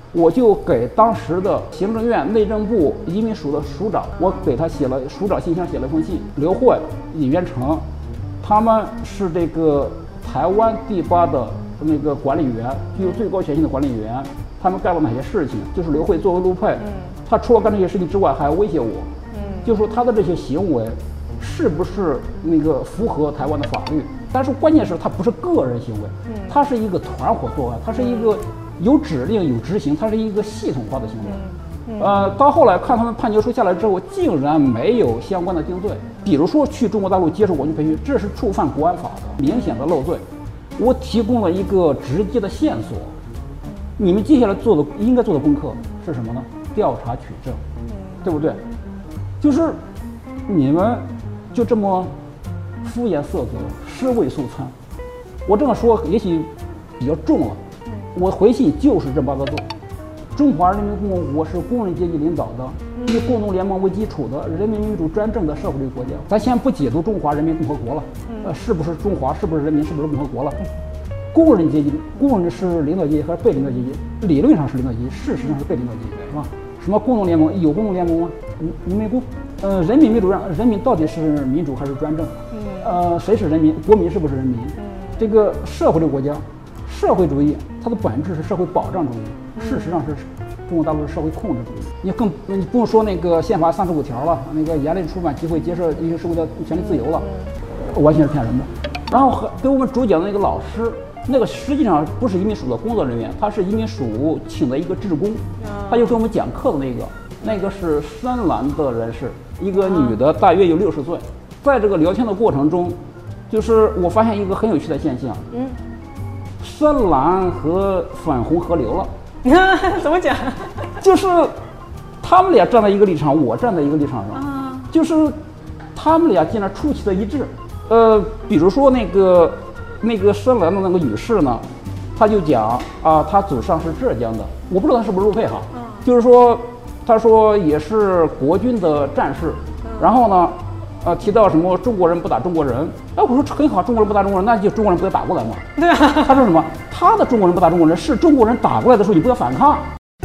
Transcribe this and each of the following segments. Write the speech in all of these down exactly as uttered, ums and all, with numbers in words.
我就给当时的行政院、内政部、移民署的署长，我给他写了署长信箱，写了封信。刘慧、李元成，他们是这个台湾第八的那个管理员，具有最高权限的管理员。他们干了哪些事情？就是刘慧作为陆配，嗯、他除了干这些事情之外，还威胁我，嗯、就是说他的这些行为是不是那个符合台湾的法律？但是关键是他不是个人行为，嗯、他是一个团伙作案，他是一个有指令、有执行，它是一个系统化的行为。嗯嗯、呃，到后来看他们判决书下来之后，竟然没有相关的定罪。比如说去中国大陆接受国军培训，这是触犯国安法的明显的漏罪。我提供了一个直接的线索。你们接下来做的应该做的功课是什么呢？调查取证，对不对？就是你们就这么敷衍塞责、尸位素餐。我这么说也许比较重了，我回信就是这八个字：中华人民共和国是工人阶级领导的、以工农联盟为基础的人民民主专政的社会主义国家。咱先不解读中华人民共和国了，呃，是不是中华，是不是人民，是不是共和国了？工人阶级，工人是领导阶级还是被领导阶级？理论上是领导阶级，事实上是被领导阶级，是吧？什么工农联盟？有工农联盟吗？你你没过。呃，人民民主让人民到底是民主还是专政？呃，谁是人民？国民是不是人民？这个社会主义国家，社会主义它的本质是社会保障主义，事实上是中国大陆是社会控制主义。你更你不用说那个宪法三十五条了，那个言论、出版、集会、结社一些社会的权利自由了，完全是骗人的。然后给我们主讲的那个老师。那个实际上不是移民署的工作人员，他是移民署请的一个志工，他就给我们讲课的那个，那个是深蓝的人士，一个女的，大约有六十岁。在这个聊天的过程中，就是我发现一个很有趣的现象，嗯，深蓝和粉红合流了。 怎么讲？ 就是他们俩站在一个立场，我站在一个立场上，啊、就是他们俩竟然出奇的一致。呃，比如说那个。那个深蓝的那个女士呢，她就讲啊，她祖上是浙江的，我不知道她是不是陆配哈，嗯、就是说，她说也是国军的战士，嗯、然后呢，呃，提到什么中国人不打中国人，哎，我说很好，中国人不打中国人，那就中国人不要打过来嘛。 对啊， 他说什么？他的中国人不打中国人，是中国人打过来的时候你不要反抗。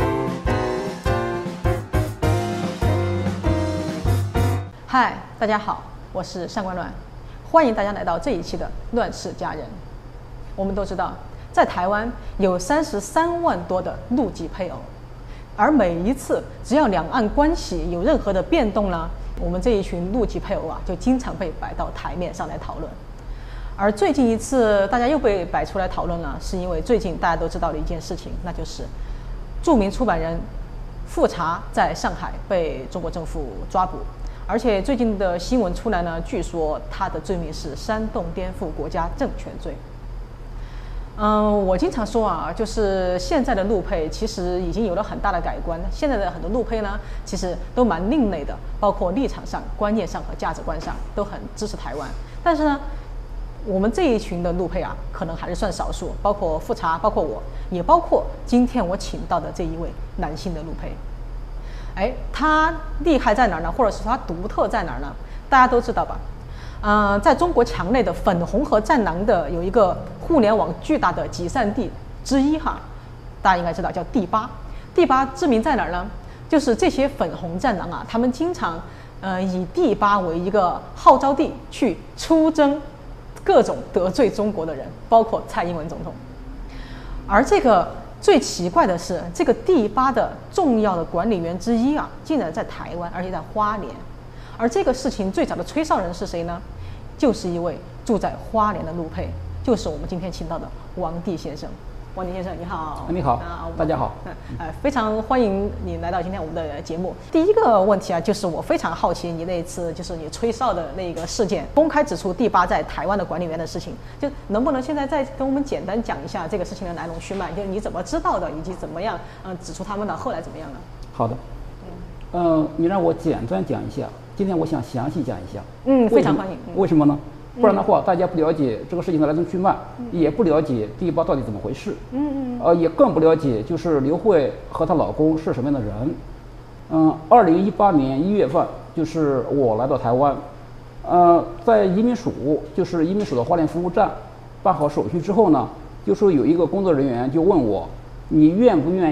嗨，大家好，我是上官乱。欢迎大家来到这一期的《乱世佳人》。我们都知道，在台湾有三十三万多的陆籍配偶，而每一次只要两岸关系有任何的变动呢，我们这一群陆籍配偶啊，就经常被摆到台面上来讨论。而最近一次大家又被摆出来讨论了，是因为最近大家都知道的一件事情，那就是著名出版人富察在上海被中国政府抓捕。而且最近的新闻出来呢，据说他的罪名是煽动颠覆国家政权罪。嗯，我经常说啊，就是现在的陆配其实已经有了很大的改观。现在的很多陆配呢，其实都蛮另类的，包括立场上、观念上和价值观上都很支持台湾。但是呢，我们这一群的陆配啊，可能还是算少数，包括富察，包括我，也包括今天我请到的这一位男性的陆配。哎，它厉害在哪儿呢？或者是它独特在哪儿呢？大家都知道吧？呃，在中国墙内的粉红河战狼的有一个互联网巨大的集散地之一哈，大家应该知道叫第八。第八知名在哪儿呢？就是这些粉红战狼啊，他们经常呃以第八为一个号召地去出征各种得罪中国的人，包括蔡英文总统。而这个。最奇怪的是，这个第八的重要的管理员之一啊，竟然在台湾，而且在花莲。而这个事情最早的吹哨人是谁呢？就是一位住在花莲的陆配，就是我们今天请到的王帝先生。王帝先生，你好。 你好，啊、大家好。 嗯，呃，非常欢迎你来到今天我们的节目。第一个问题啊，就是我非常好奇你那一次就是你吹哨的那个事件，公开指出第八在台湾的管理员的事情，就能不能现在再跟我们简单讲一下这个事情的来龙去脉，就是你怎么知道的，以及怎么样嗯、呃、指出他们的，后来怎么样呢？ 好的，嗯、呃，你让我简单讲一下，今天我想详细讲一下。 嗯，非常欢迎。 为什么呢？不然的话，大家不了解这个事情的来龙去脉，嗯、也不了解第八到底怎么回事，嗯嗯，呃，也更不了解就是刘慧和她老公是什么样的人。嗯，二零一八年一月份，就是我来到台湾，呃，在移民署，就是移民署的花莲服务站办好手续之后呢，就说有一个工作人员就问我，你愿不愿意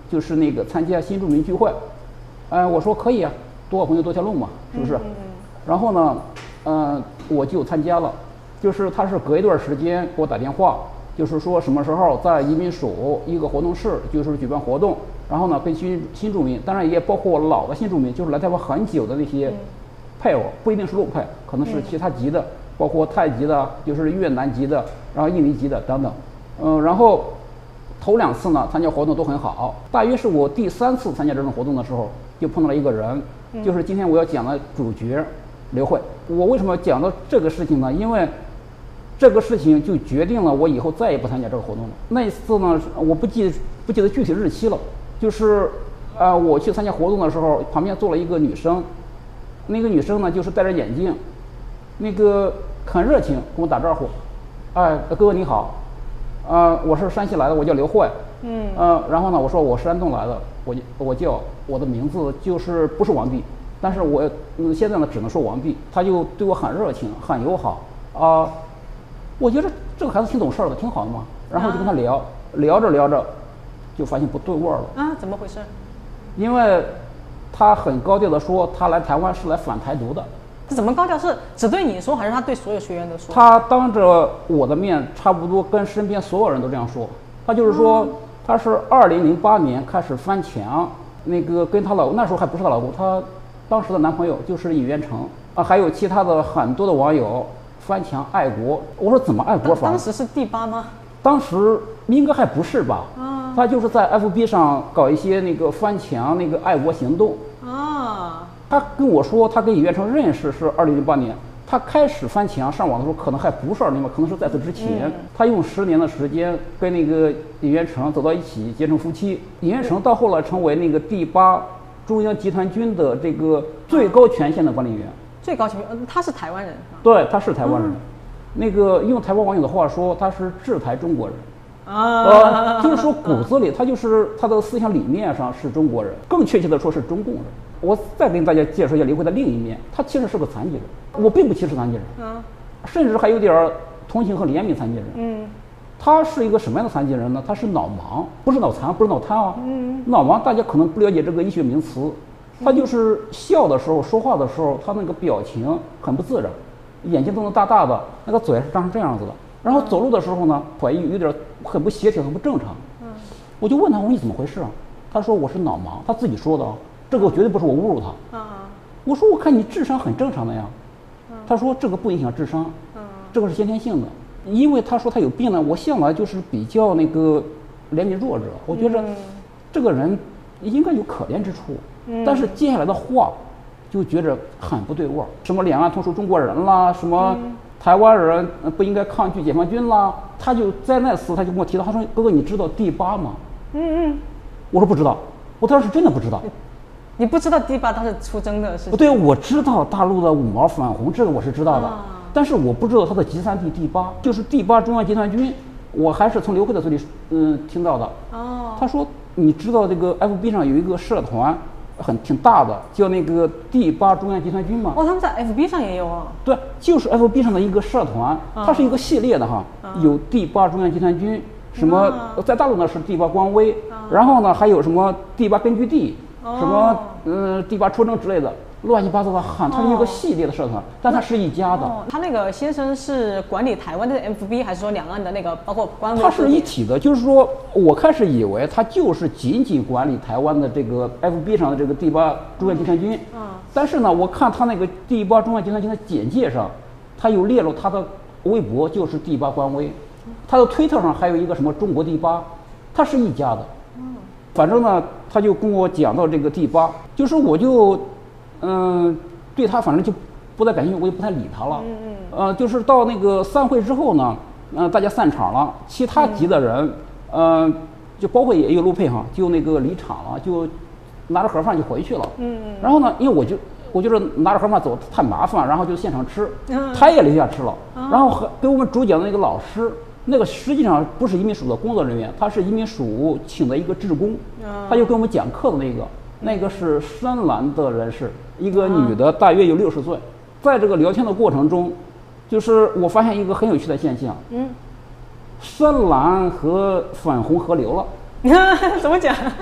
就是那个参加新住民聚会。哎、呃，我说可以啊，多个朋友多条路嘛，是不是？嗯、然后呢，嗯、呃，我就参加了，就是他是隔一段时间给我打电话，就是说什么时候在移民署一个活动室，就是举办活动，然后呢跟新新住民，当然也包括老的新住民，就是来台湾很久的那些配偶，不一定是陆配，可能是其他籍的，嗯、包括泰籍的，就是越南籍的，然后印尼籍的等等，嗯、呃，然后。头两次呢，参加活动都很好。大约是我第三次参加这种活动的时候，就碰到了一个人，就是今天我要讲的主角刘慧。我为什么讲到这个事情呢？因为这个事情就决定了我以后再也不参加这个活动了。那一次呢，我不记不记得具体日期了，就是呃，我去参加活动的时候，旁边坐了一个女生，那个女生呢就是戴着眼镜，那个很热情，跟我打招呼，哎，哥哥你好。呃，我是山西来的，我叫刘慧。嗯。呃，然后呢，我说我是山东来的，我我叫我的名字就是不是王弼，但是我、嗯、现在呢只能说王弼。他就对我很热情，很友好啊、呃。我觉得这个孩子挺懂事的，挺好的嘛。然后就跟他聊，啊、聊着聊着，就发现不对味儿了。 啊，怎么回事？ 因为他很高调的说他来台湾是来反台独的。 这怎么高调？是只对你说，还是他对所有学员都说？ 他当着我的面，差不多跟身边所有人都这样说。他就是说，嗯、他是二零零八年开始翻墙，那个跟他老那时候还不是她老公，她当时的男朋友就是尹元成啊，还有其他的很多的网友翻墙爱国。我说怎么爱国法？ 当时是第八吗？ 当时应该还不是吧？啊，他就是在 F B 上搞一些那个翻墙那个爱国行动啊。他跟我说，他跟尹元成认识是二零零八年，他开始翻墙上网的时候，可能还不是二零零八，可能是在此之前。嗯、他用十年的时间跟那个尹元成走到一起，结成夫妻。尹元成到后来成为那个第八中央集团军的这个最高权限的管理员。 最高权限，他是台湾人。 对，他是台湾人。嗯、那个用台湾网友的话说，他是制台中国人。啊，呃，就是说骨子里他就是他的思想理念上是中国人，更确切的说是中共人。我再给大家介绍一下刘慧的另一面，他其实是个残疾人，我并不歧视残疾人，嗯，甚至还有点同情和怜悯残疾人。嗯，他是一个什么样的残疾人呢？他是脑盲，不是脑残，不是脑瘫啊。嗯，脑盲大家可能不了解这个医学名词，他就是笑的时候、说话的时候，他那个表情很不自然，眼睛瞪得大大的，那个嘴是张成这样子的。然后走路的时候呢，腿有点很不协调，很不正常。嗯，我就问他，我说你怎么回事啊？他说我是脑盲，他自己说的啊，这个绝对不是我侮辱他。啊，我说我看你智商很正常的呀。嗯，他说这个不影响智商。嗯，这个是先天性的，因为他说他有病呢，我向来就是比较那个怜悯弱者，我觉着这个人应该有可怜之处。嗯，但是接下来的话就觉着很不对味儿，什么两岸同属中国人啦，什么。嗯，台湾人不应该抗拒解放军啦，他就在那次他就跟我提到，他说哥哥你知道第八吗？嗯嗯，我说不知道，我当时真的不知道。 你不知道第八当时出征的是？ 不对，我知道大陆的五毛反红这个我是知道的，啊、但是我不知道他的集散地第八就是第八中央集团军，我还是从刘慧的嘴里嗯听到的。哦，他说你知道这个 F B 上有一个社团。很挺大的，叫那个第八中央集团军嘛。 哦，他们在 F B 上也有啊。 对，就是 F B 上的一个社团，它是一个系列的哈，啊、有第八中央集团军，什么、啊、在大陆呢是第八光威，啊、然后呢还有什么第八根据地，哦、什么嗯、呃、第八出征之类的，乱七八糟的很，它是一个系列的社团，哦、但它是一家的。 哦，他那个先生是管理台湾的 F B， 还是说两岸的那个包括官微？ 他是一体的，就是说我开始以为他就是仅仅管理台湾的这个 F B 上的这个第八中央集团军。嗯。但是呢，我看他那个第八中央集团军的简介上，他有列入他的微博就是第八官微，他的推特上还有一个什么中国第八，他是一家的。嗯。反正呢，他就跟我讲到这个第八，就是我就。嗯，对他反正就不太感兴趣，我也不太理他了。嗯嗯。呃，就是到那个散会之后呢，呃，大家散场了，其他级的人，嗯、呃，就包括也有陆配哈，就那个离场了，就拿着盒饭就回去了。嗯嗯。然后呢，因为我就我就是拿着盒饭走太麻烦，然后就现场吃，嗯、他也留下吃了。嗯、然后和给我们主讲的那个老师，那个实际上不是移民署的工作人员，他是移民署请的一个志工，嗯、他就给我们讲课的那个。那个是深蓝的人士，一个女的，大约有六十岁。在这个聊天的过程中，就是我发现一个很有趣的现象，嗯，深蓝和粉红合流了。 怎么讲？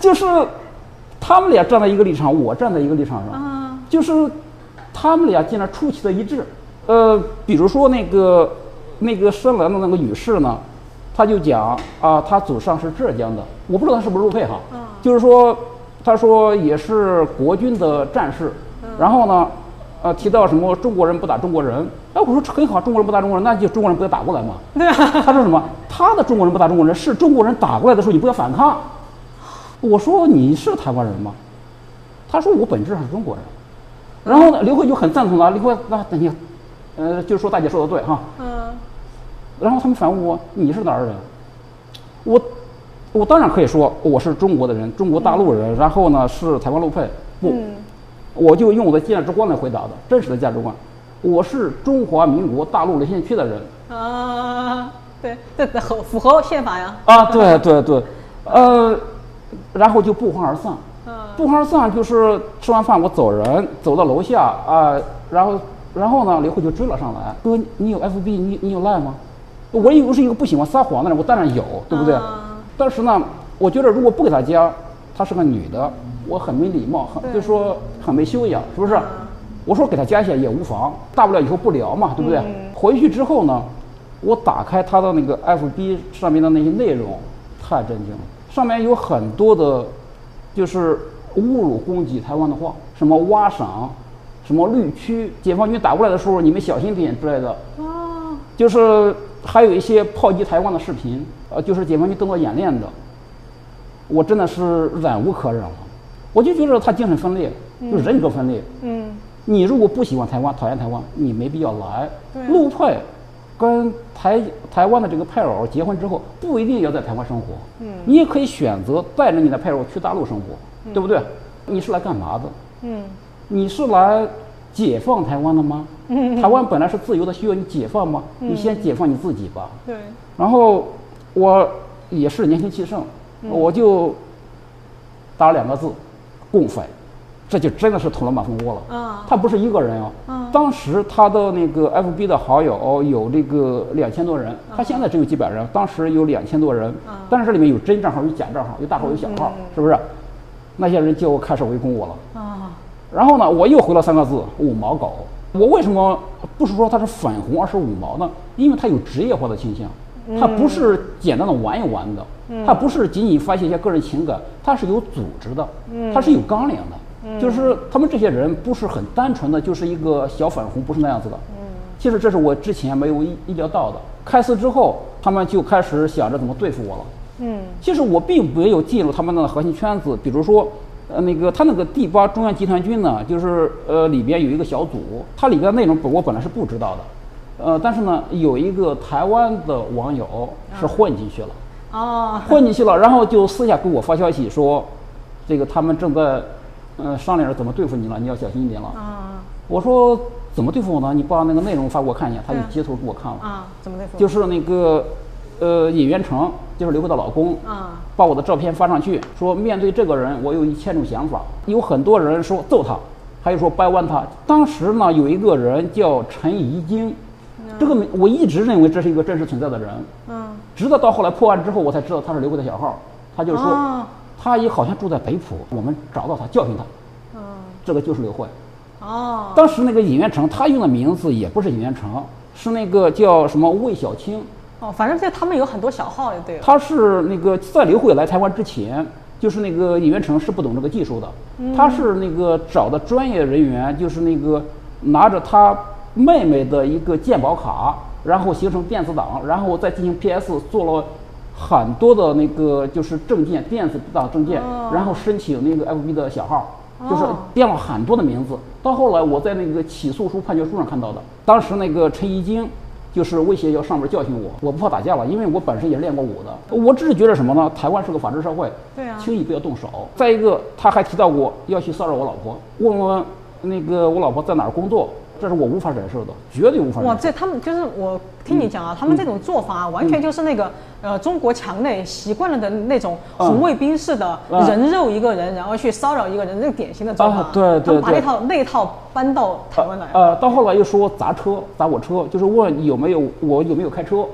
就是他们俩站在一个立场，我站在一个立场上， 啊， 就是他们俩竟然出奇的一致。呃，比如说那个那个深蓝的那个女士呢，她就讲啊，她祖上是浙江的，我不知道她是不是陆配哈， 嗯、 就是说她说也是国军的战士， 嗯、 然后呢，呃，提到什么中国人不打中国人，哎，我说很好，中国人不打中国人，那就中国人不要打过来嘛。 对啊。 他说什么？他的中国人不打中国人，是中国人打过来的时候你不要反抗。我说你是台湾人吗？他说我本质上是中国人。然后呢，刘慧就很赞同了。刘慧，那等你，呃，就是说大姐说的对哈。 嗯。 然后他们反问我，你是哪儿人？我，我当然可以说我是中国的人，中国大陆人。嗯、然后呢是台湾陆配，不， 嗯、 我就用我的价值观来回答的，真实的价值观。我是中华民国大陆沦陷区的人。 啊，对，这这合符合宪法呀。 啊，对对对，呃，然后就不欢而散。不欢而散就是吃完饭我走人，走到楼下啊、呃，然后然后呢，刘慧就追了上来，哥，你有 F B， 你你有 Line 吗？我又不是一个不喜欢撒谎的人，我当然有，对不对？啊、但是呢，我觉得如果不给他加，她是个女的，我很没礼貌，很就说很没修养，是不是？我说给他加一下也无妨，大不了以后不聊嘛，对不对？嗯、回去之后呢，我打开他的那个 F B 上面的那些内容，太震惊了，上面有很多的，就是侮辱攻击台湾的话，什么挖赏，什么绿区，解放军打过来的时候你们小心点之类的。哦。就是还有一些炮击台湾的视频，呃，就是解放军动作演练的，我真的是忍无可忍了。我就觉得他精神分裂，就人格分裂。嗯。你如果不喜欢台湾，讨厌台湾，你没必要来。陆配跟台台湾的这个配偶结婚之后，不一定要在台湾生活。嗯。你也可以选择带着你的配偶去大陆生活。对不对？你是来干嘛的？嗯，你是来解放台湾的吗？嗯，台湾本来是自由的，需要你解放吗？嗯、你先解放你自己吧。对。然后我也是年轻气盛，嗯、我就打了两个字：共匪。这就真的是捅了马蜂窝了。啊，他不是一个人啊。嗯。当时他的那个 F B 的好友有这个两千多人，他现在只有几百人，当时有两千多人。啊。但是这里面有真账号，有假账号，有大号，有小号，嗯、是不是？那些人就开始围攻我了啊，然后呢，我又回了三个字：五毛狗。我为什么不是说他是粉红，而是五毛呢？因为他有职业化的倾向，他不是简单的玩一玩的，嗯、他不是仅仅发泄一些个人情感，他是有组织的，嗯、他是有纲领的，嗯、就是他们这些人不是很单纯的就是一个小粉红，不是那样子的。嗯，其实这是我之前没有意意料到的。开撕之后，他们就开始想着怎么对付我了。嗯，其实我并没有进入他们的核心圈子，比如说，呃，那个他那个第八中央集团军呢，就是呃里边有一个小组，它里边的内容我本来是不知道的，呃，但是呢，有一个台湾的网友是混进去了，哦，混进去了，然后就私下给我发消息说，这个他们正在，呃，商量着怎么对付你了，你要小心一点了。啊，我说怎么对付我呢？你把那个内容发给我看一下，他就截图给我看了。啊，怎么对付？就是那个。呃，尹元成就是刘慧的老公啊，把我的照片发上去，说面对这个人，我有一千种想法。有很多人说揍他，还有说掰弯他。当时呢，有一个人叫陈怡京，嗯、这个我一直认为这是一个真实存在的人。嗯，直到到后来破案之后，我才知道他是刘慧的小号。他就说，哦、他也好像住在北浦，我们找到他，教训他。嗯，这个就是刘慧。哦，当时那个尹元成，他用的名字也不是尹元成，是那个叫什么魏小青。 哦，反正这他们有很多小号，对。 他是那个在刘慧来台湾之前，就是那个尹元成是不懂这个技术的，嗯、他是那个找的专业人员，就是那个拿着他妹妹的一个健保卡，然后形成电子档，然后再进行 P S 做了很多的那个就是证件，电子档证件，哦、然后申请那个 F B 的小号，就是编了很多的名字。到后来我在那个起诉书判决书上看到的，当时那个陈怡京。就是威胁要上门教训我，我不怕打架了，因为我本身也练过武的。我只是觉得什么呢？台湾是个法治社会，对啊，轻易不要动手。再一个，他还提到过要去骚扰我老婆，问问那个我老婆在哪儿工作，这是我无法忍受的，绝对无法忍受。 哇，这他们就是我听你讲啊，嗯、他们这种做法、啊、完全就是那个、嗯、呃中国墙内习惯了的那种红卫兵式的人肉一个人，嗯、然后去骚扰一个人，这个典型的做法。啊、 对对对， 把那套那一套搬到台湾来。 呃，到后来又说砸车，砸我车，就是问有没有我有没有开车。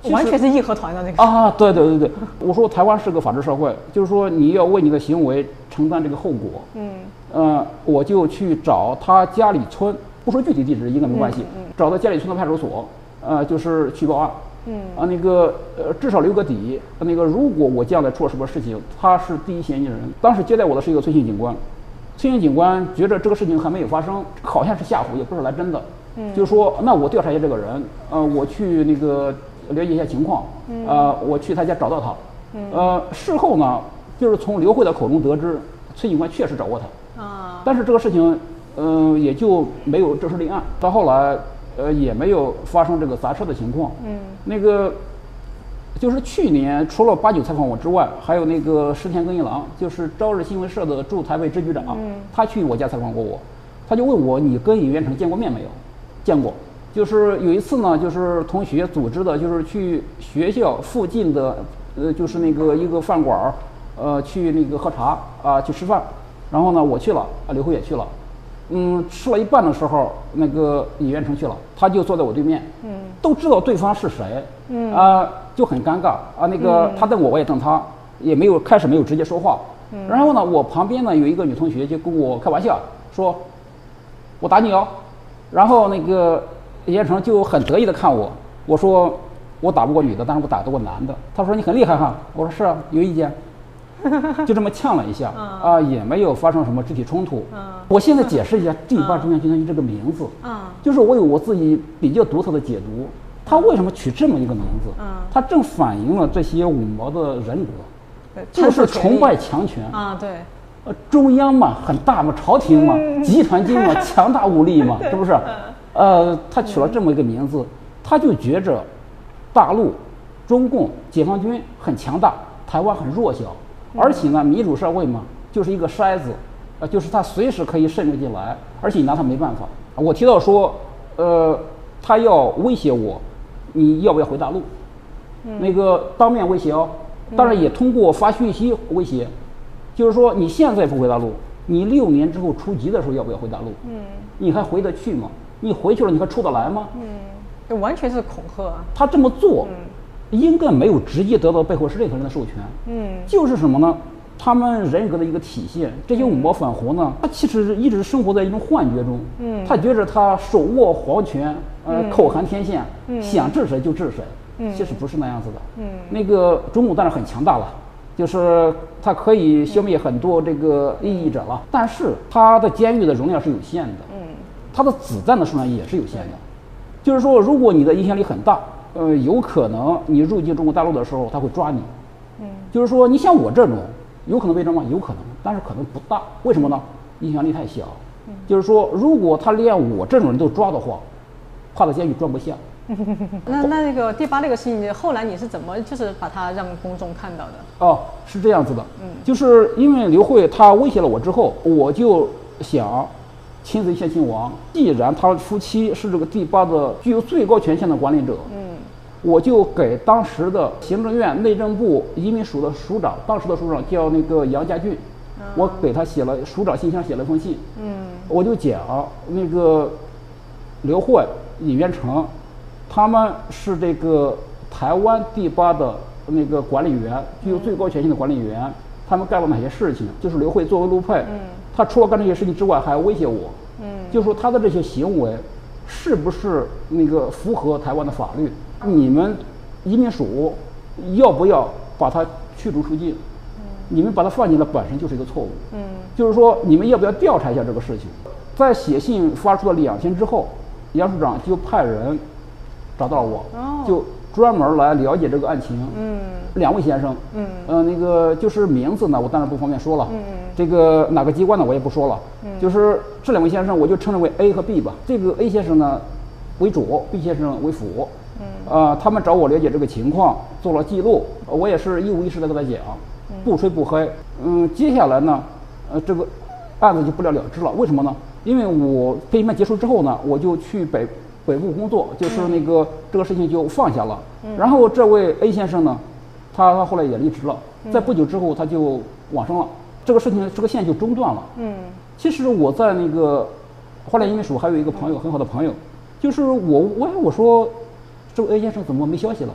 完全是义和团的那个啊，对对对对，我说台湾是个法治社会，就是说你要为你的行为承担这个后果。嗯，呃，我就去找他家里村，不说具体地址应该没关系，嗯嗯、找到家里村的派出所，呃，就是去报案。嗯，啊，那个呃，至少留个底。那个如果我将来出了什么事情，他是第一嫌疑人。当时接待我的是一个崔姓警官，崔姓警官觉得这个事情还没有发生，好像是吓唬，也不是来真的。嗯，就说那我调查一下这个人，呃，我去那个。了解一下情况，呃，我去他家找到他，呃，事后呢，就是从刘慧的口中得知，崔警官确实找过他，啊，但是这个事情，嗯、呃，也就没有正式立案，到后来，呃，也没有发生这个砸车的情况，嗯，那个，就是去年除了八九采访我之外，还有那个石田耕一郎，就是朝日新闻社的驻台北支局长，嗯，他去我家采访过我，他就问我你跟尹元成见过面没有？见过。就是有一次呢，就是同学组织的，就是去学校附近的，呃，就是那个一个饭馆儿，呃，去那个喝茶啊，去吃饭。然后呢，我去了，啊，刘慧也去了。嗯，吃了一半的时候，那个尹元成去了，他就坐在我对面。嗯，都知道对方是谁。嗯啊，就很尴尬啊。那个他瞪我，我也瞪他，也没有开始没有直接说话。嗯，然后呢，我旁边呢有一个女同学就跟我开玩笑说：“我打你哦。”然后那个。尹元成就很得意的看我，我说我打不过女的，但是我打得过男的。他说你很厉害哈，我说是啊，有意见。就这么呛了一下，啊，也没有发生什么肢体冲突。我现在解释一下第八中央军团军这个名字，就是我有我自己比较独特的解读。他为什么取这么一个名字？他正反映了这些五毛的人格，就是崇拜强权啊，对。 呃，中央嘛，很大嘛，朝廷嘛，集团军嘛，强大无力嘛，是不是？呃，他取了这么一个名字，他就觉着大陆、中共、解放军很强大，台湾很弱小，而且呢，民主社会嘛，就是一个筛子，呃，就是他随时可以渗入进来，而且你拿他没办法。我提到说，呃，他要威胁我，你要不要回大陆？嗯、那个当面威胁哦，当然也通过发讯息威胁，就是说你现在不回大陆，你六年之后出籍的时候要不要回大陆？嗯，你还回得去吗？你回去了，你还出得来吗？ 嗯，完全是恐吓啊！ 他这么做，嗯、应该没有直接得到背后是任何人的授权。嗯，就是什么呢？他们人格的一个体现。这些五毛反活呢，他其实一直生活在一种幻觉中。嗯，他觉着他手握皇权，呃，嗯、口含天线，嗯、想治谁就治谁。嗯，其实不是那样子的。嗯，那个中共当然很强大了，就是它可以消灭很多这个异议者了，但是它的监狱的容量是有限的。嗯。它的子弹的数量也是有限的，就是说，如果你的影响力很大，呃，有可能你入境中国大陆的时候，他会抓你。嗯，就是说，你像我这种，有可能被抓吗？有可能，但是可能不大。为什么呢？影响力太小。嗯，就是说，如果他连我这种人都抓的话，怕到监狱装不下。 那那那个第八那个事情，后来你是怎么就是把它让公众看到的？ 哦，是这样子的。嗯，就是因为刘慧她威胁了我之后，我就想。亲自先亲王，既然他夫妻是这个第八的具有最高权限的管理者，嗯，我就给当时的行政院内政部移民署的署长，当时的署长叫那个杨家俊，嗯、我给他写了署长信箱写了一封信，嗯，我就讲那个刘慧、尹元成，他们是这个台湾第八的那个管理员，具有最高权限的管理员，他们干了哪些事情？就是刘慧作为陆配，嗯。他除了干这些事情之外，还威胁我，嗯，就说他的这些行为是不是那个符合台湾的法律？你们移民署要不要把他驱逐出境？嗯，你们把他放进来本身就是一个错误，嗯，就是说你们要不要调查一下这个事情？在写信发出的两天之后，杨署长就派人找到我，哦，就专门来了解这个案情，嗯，两位先生，嗯，呃，那个就是名字呢，我当然不方便说了，嗯，这个哪个机关呢，我也不说了，嗯，就是这两位先生，我就称之为 A 和 B 吧。这个 A 先生呢为主 ，B 先生为辅，嗯，呃，他们找我了解这个情况，做了记录，我也是一五一十的跟他讲，不吹不黑，嗯，接下来呢，呃，这个案子就不了了之了。为什么呢？因为我培训班结束之后呢，我就去北。北部工作，就是那个、嗯、这个事情就放下了。嗯、然后这位 A 先生呢，他他后来也离职了，嗯、在不久之后他就往生了，这个事情这个线就中断了。嗯，其实我在那个花莲移民署还有一个朋友，很好的朋友，就是我我我说这位 A 先生怎么没消息了？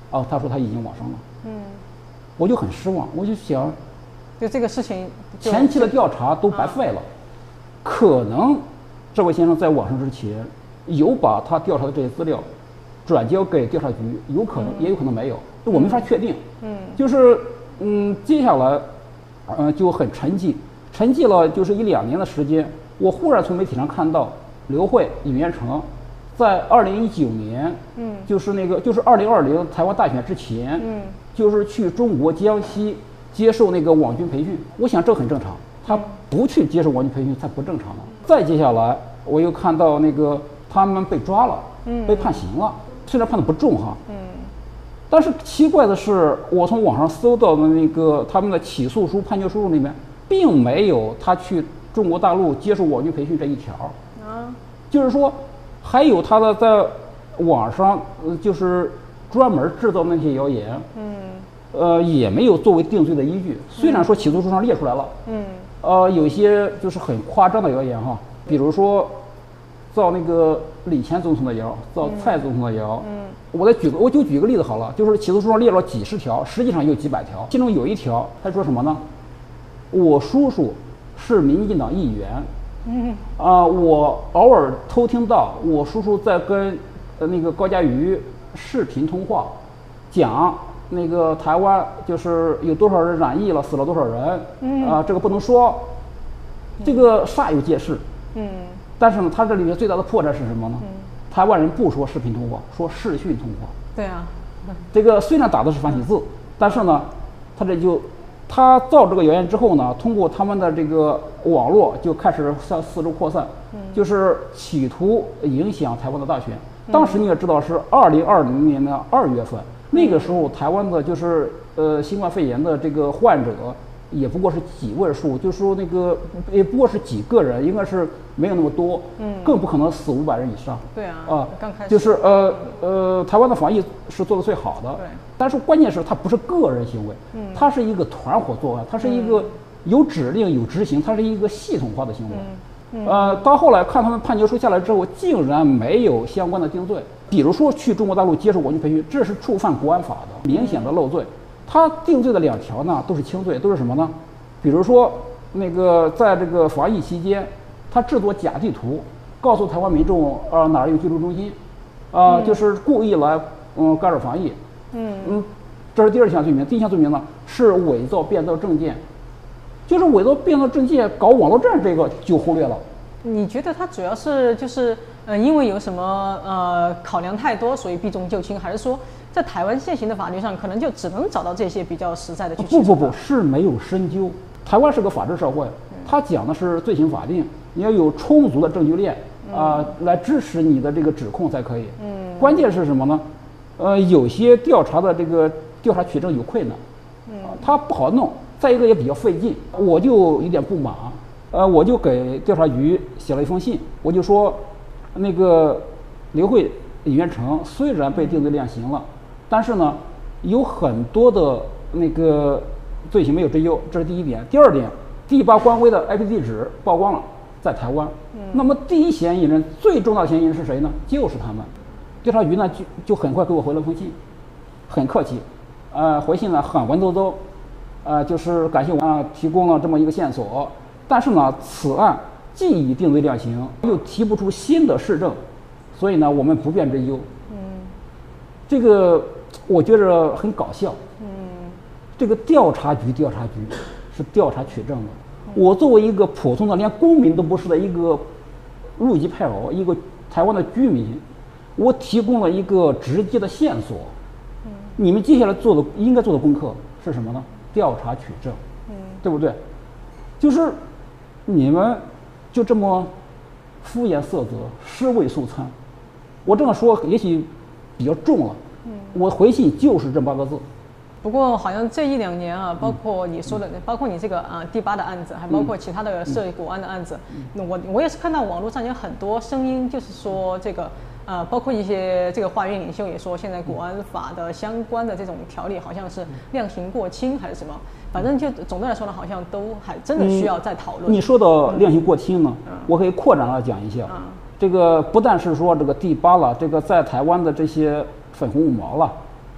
哦，他说他已经往生了。 嗯， 我就很失望，我就想， 就这个事情， 前期的调查都白费了。啊、可能这位先生在往生之前有把他调查的这些资料转交给调查局，有可能、嗯、也有可能没有，我没法确定。 嗯， 就是嗯，接下来，呃，就很沉寂，沉寂了就是一两年的时间。我忽然从媒体上看到刘慧、尹元成在二零一九年，嗯，就是那个就是二零二零台湾大选之前，嗯，就是去中国江西接受那个网军培训。我想这很正常，他不去接受网军培训才不正常呢。再接下来，我又看到那个他们被抓了，嗯，被判刑了，虽然判的不重哈，嗯，但是奇怪的是，我从网上搜到的那个他们的起诉书、判决书里面，并没有他去中国大陆接受网军培训这一条。啊，就是说。还有他的在网上，呃，就是专门制造那些谣言，嗯，呃，也没有作为定罪的依据。虽然说起诉书上列出来了，嗯，呃，有一些就是很夸张的谣言哈，比如说造那个李前总统的谣，造蔡总统的谣，嗯，我再举个，我就举个例子好了，就是起诉书上列了几十条，实际上有几百条，其中有一条他说什么呢？我叔叔是民进党议员。嗯啊、呃，我偶尔偷听到我叔叔在跟呃那个高嘉瑜视频通话，讲那个台湾就是有多少人染疫了，死了多少人，嗯啊、呃，这个不能说，这个煞有介事，嗯，但是呢，他这里面最大的破绽是什么呢？嗯，台湾人不说视频通话，说视讯通话。 对啊， 这个虽然打的是繁体字，但是呢，他这就。他造这个谣言之后呢，通过他们的这个网络就开始向四周扩散，嗯、就是企图影响台湾的大选。当时你也知道是二零二零年的二月份，嗯、那个时候台湾的就是呃新冠肺炎的这个患者也不过是几位数，就说那个也不过是几个人，应该是没有那么多，嗯，更不可能死五百人以上。 对啊， 啊， 刚开始就是呃呃，台湾的防疫是做的最好的， 对。 但是关键是它不是个人行为，嗯，它是一个团伙作案，它是一个有指令有执行，它是一个系统化的行为。嗯，呃，到后来看他们判决书下来之后，竟然没有相关的定罪，比如说去中国大陆接受网军培训，这是触犯国安法的明显的漏罪。他定罪的两条呢都是轻罪，都是什么呢？比如说那个在这个防疫期间，他制作假地图，告诉台湾民众呃哪儿有居住中心，啊、呃嗯、就是故意来嗯干扰防疫。嗯嗯，这是第二项罪名。第一项罪名呢是伪造变造证件，就是伪造变造证件搞网络战，这个就忽略了。 你觉得他主要是就是呃因为有什么呃考量太多，所以避重就轻，还是说在台湾现行的法律上可能就只能找到这些比较实在的去？ 不不不，是没有深究。台湾是个法治社会，它讲的是罪行法定，你要有充足的证据链啊、呃、来支持你的这个指控才可以。嗯，关键是什么呢？呃，有些调查的这个调查取证有困难，嗯，它不好弄。再一个也比较费劲，我就有点不满，呃，我就给调查局写了一封信，我就说，那个刘慧、李元成虽然被定罪量刑了，但是呢，有很多的那个罪行没有追究，这是第一点。第二点，第八官微的 I P 地址曝光了，在台湾。嗯，那么第一嫌疑人、最重大的嫌疑人是谁呢？就是他们。调查局呢就就很快给我回了封信，很客气，呃，回信呢很文绉绉，呃，就是感谢我啊提供了这么一个线索，但是呢，此案既已定罪量刑，又提不出新的事证，所以呢，我们不便追究。嗯，这个我觉着很搞笑。嗯，这个调查局调查局是调查取证的，我作为一个普通的连公民都不是的一个陆籍配偶，一个台湾的居民。我提供了一个直接的线索，嗯，你们接下来做的应该做的功课是什么呢？调查取证，嗯，对不对？就是你们就这么敷衍塞责、尸位素餐。我这么说也许比较重了，嗯，我回信就是这八个字。 不过好像这一两年啊，包括你说的，嗯、包括你这个啊第八的案子，还包括其他的涉国安的案子，那、嗯、我我也是看到网络上有很多声音，就是说这个。呃，包括一些这个华人领袖也说，现在国安法的相关的这种条例好像是量刑过轻还是什么，反正就总的来说呢，好像都还真的需要再讨论。 嗯、你说到量刑过轻呢，嗯、我可以扩展来讲一下。嗯、这个不但是说这个第八了，这个在台湾的这些粉红五毛了，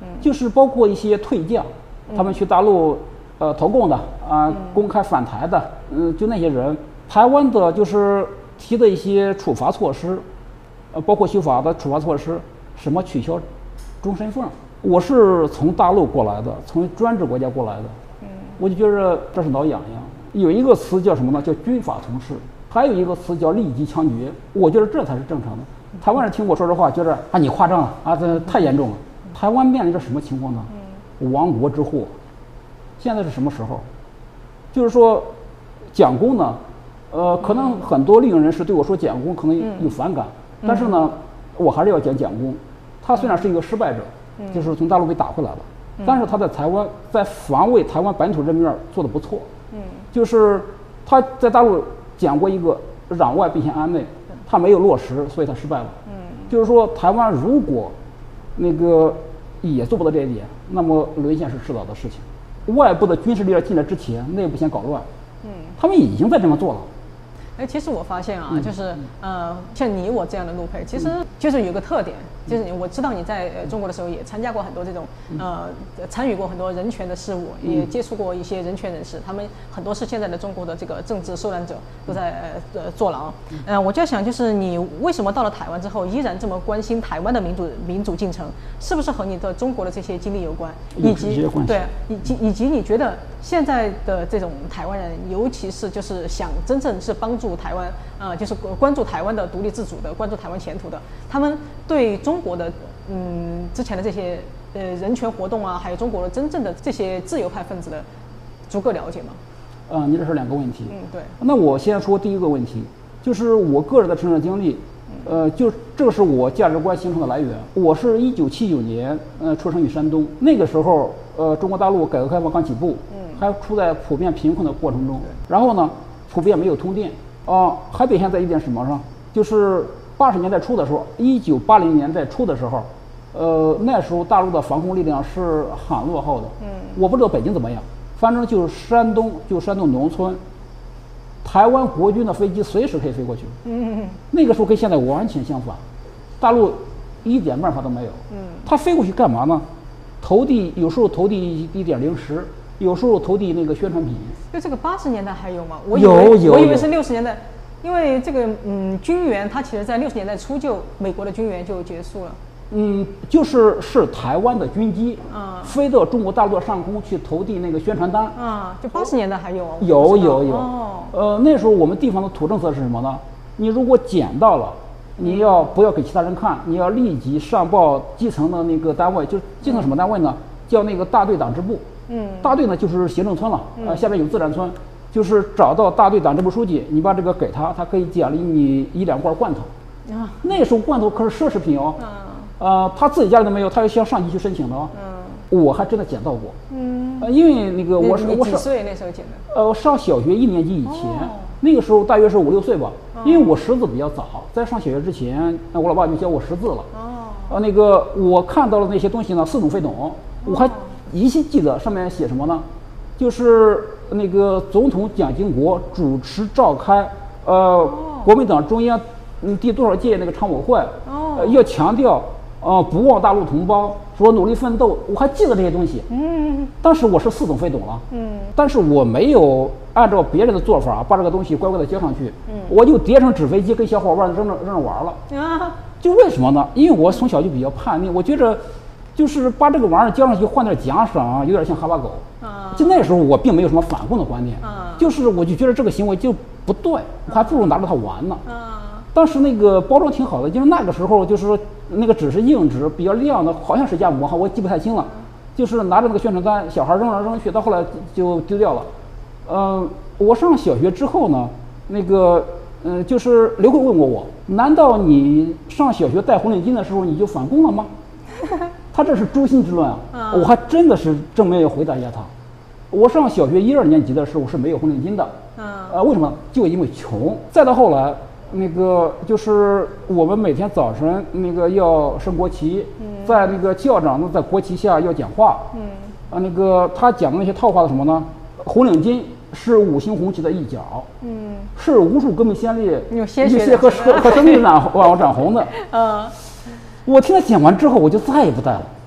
就是包括一些退将，他们去大陆呃投共的啊、公开反台的，嗯，就那些人，台湾的就是提的一些处罚措施，呃，包括修法的处罚措施，什么取消终身俸。我是从大陆过来的，从专制国家过来的，我就觉得这是挠痒痒。有一个词叫什么呢？叫军法从事，还有一个词叫立即枪决。我觉得这才是正常的。台湾人听我说这话，觉得啊你夸张了啊，这太严重了。台湾面临着什么情况呢？亡国之祸。现在是什么时候？就是说，蒋公呢，呃，可能很多利用人士对我说蒋公可能有反感，但是呢，我还是要讲蒋公。他虽然是一个失败者，就是从大陆被打回来了，但是他在台湾在防卫台湾本土人民做得不错。就是他在大陆讲过一个攘外必先安内，他没有落实，所以他失败了。就是说，台湾如果那个也做不到这一点，那么沦陷是迟早的事情。外部的军事力量进来之前，内部先搞乱。嗯，他们已经在这么做了。 哎，其实我发现啊，嗯、就是呃，像你我这样的陆配，其实就是有个特点，就是我知道你在呃中国的时候也参加过很多这种呃，参与过很多人权的事务，也接触过一些人权人士，他们很多是现在的中国的这个政治受难者，都在呃坐牢。呃，我就想，就是你为什么到了台湾之后，依然这么关心台湾的民主民主进程，是不是和你的中国的这些经历有关？以及对，以及以及你觉得现在的这种台湾人，尤其是就是想真正是帮助台湾，呃，就是关注台湾的独立自主的，关注台湾前途的，他们对中国的嗯之前的这些呃人权活动啊，还有中国的真正的这些自由派分子的足够了解吗？ 啊、呃，你这是两个问题。 嗯，对。 那我先说第一个问题，就是我个人的成长经历，呃，就这个是我价值观形成的来源。我是一九七九年呃出生于山东，那个时候呃中国大陆改革开放刚起步，嗯，还处在普遍贫困的过程中，然后呢，普遍没有通电。啊、呃，还表现在一点什么上？就是八十年代初的时候，一九八零年代初的时候，呃，那时候大陆的防空力量是很落后的。嗯，我不知道北京怎么样，反正就是山东，就山东农村，台湾国军的飞机随时可以飞过去。嗯，那个时候跟现在完全相反，大陆一点办法都没有。嗯，他飞过去干嘛呢？投递，有时候投递一点零食。有时候投递那个宣传品。 就这个八十年代还有吗？我以为有有我以为是六十年代，因为这个嗯军援它其实在六十年代初就美国的军援就结束了。 嗯，就是是台湾的军机啊、嗯、飞到中国大陆的上空去投递那个宣传单啊、嗯，就八十年代还有啊。 有有有。 哦。 呃，那时候我们地方的土政策是什么呢？你如果捡到了，你要不要给其他人看？你要立即上报基层的那个单位，就是基层什么单位呢？叫那个大队党支部。嗯，大队呢就是行政村了，呃，下面有自然村，就是找到大队党支部书记，你把这个给他，他可以奖励你一两罐罐头。啊，那时候罐头可是奢侈品哦。嗯。呃，他自己家里都没有，他要向上级去申请的哦。嗯。我还真的捡到过。嗯。呃，因为那个我是我几岁那时候捡的？ 呃，上小学一年级以前，哦、那个时候大约是五六岁吧。哦、因为我识字比较早，在上小学之前，我老爸就教我识字了。哦。呃，那个我看到了那些东西呢，似懂非懂，我还。依稀记得上面写什么呢？就是那个总统蒋经国主持召开呃、哦、国民党中央嗯第多少届那个常委会，哦呃、要强调呃不忘大陆同胞，说努力奋斗，我还记得这些东西。嗯，当时我是似懂非懂了。嗯，但是我没有按照别人的做法把这个东西乖乖的交上去。嗯，我就叠成纸飞机跟小伙伴扔着扔着玩了。啊，就为什么呢？因为我从小就比较叛逆，我觉着。就是把这个玩意儿交上去换点奖赏，有点像哈巴狗。啊，就那时候我并没有什么反共的观念。啊，就是我就觉得这个行为就不对，我还不如拿着它玩呢。啊，当时那个包装挺好的，就是那个时候就是说那个纸是硬纸，比较亮的，好像是压模哈，我记不太清了。就是拿着那个宣传单，小孩扔来扔去，到后来就丢掉了。嗯、呃，我上小学之后呢，那个嗯、呃，就是刘慧问过我，难道你上小学戴红领巾的时候你就反共了吗？他这是诛心之论啊！嗯、我还真的是正面要回答一下他。我上小学一二年级的时候是没有红领巾的。嗯。呃，为什么？就因为穷。再到后来，那个就是我们每天早晨那个要升国旗，嗯、在那个校长呢在国旗下要讲话。嗯。啊，那个他讲的那些套话是什么呢？红领巾是五星红旗的一角。嗯。是无数革命先烈有鲜血和和和生命染染染红的。嗯。我听他讲完之后，我就再也不戴了。嗯，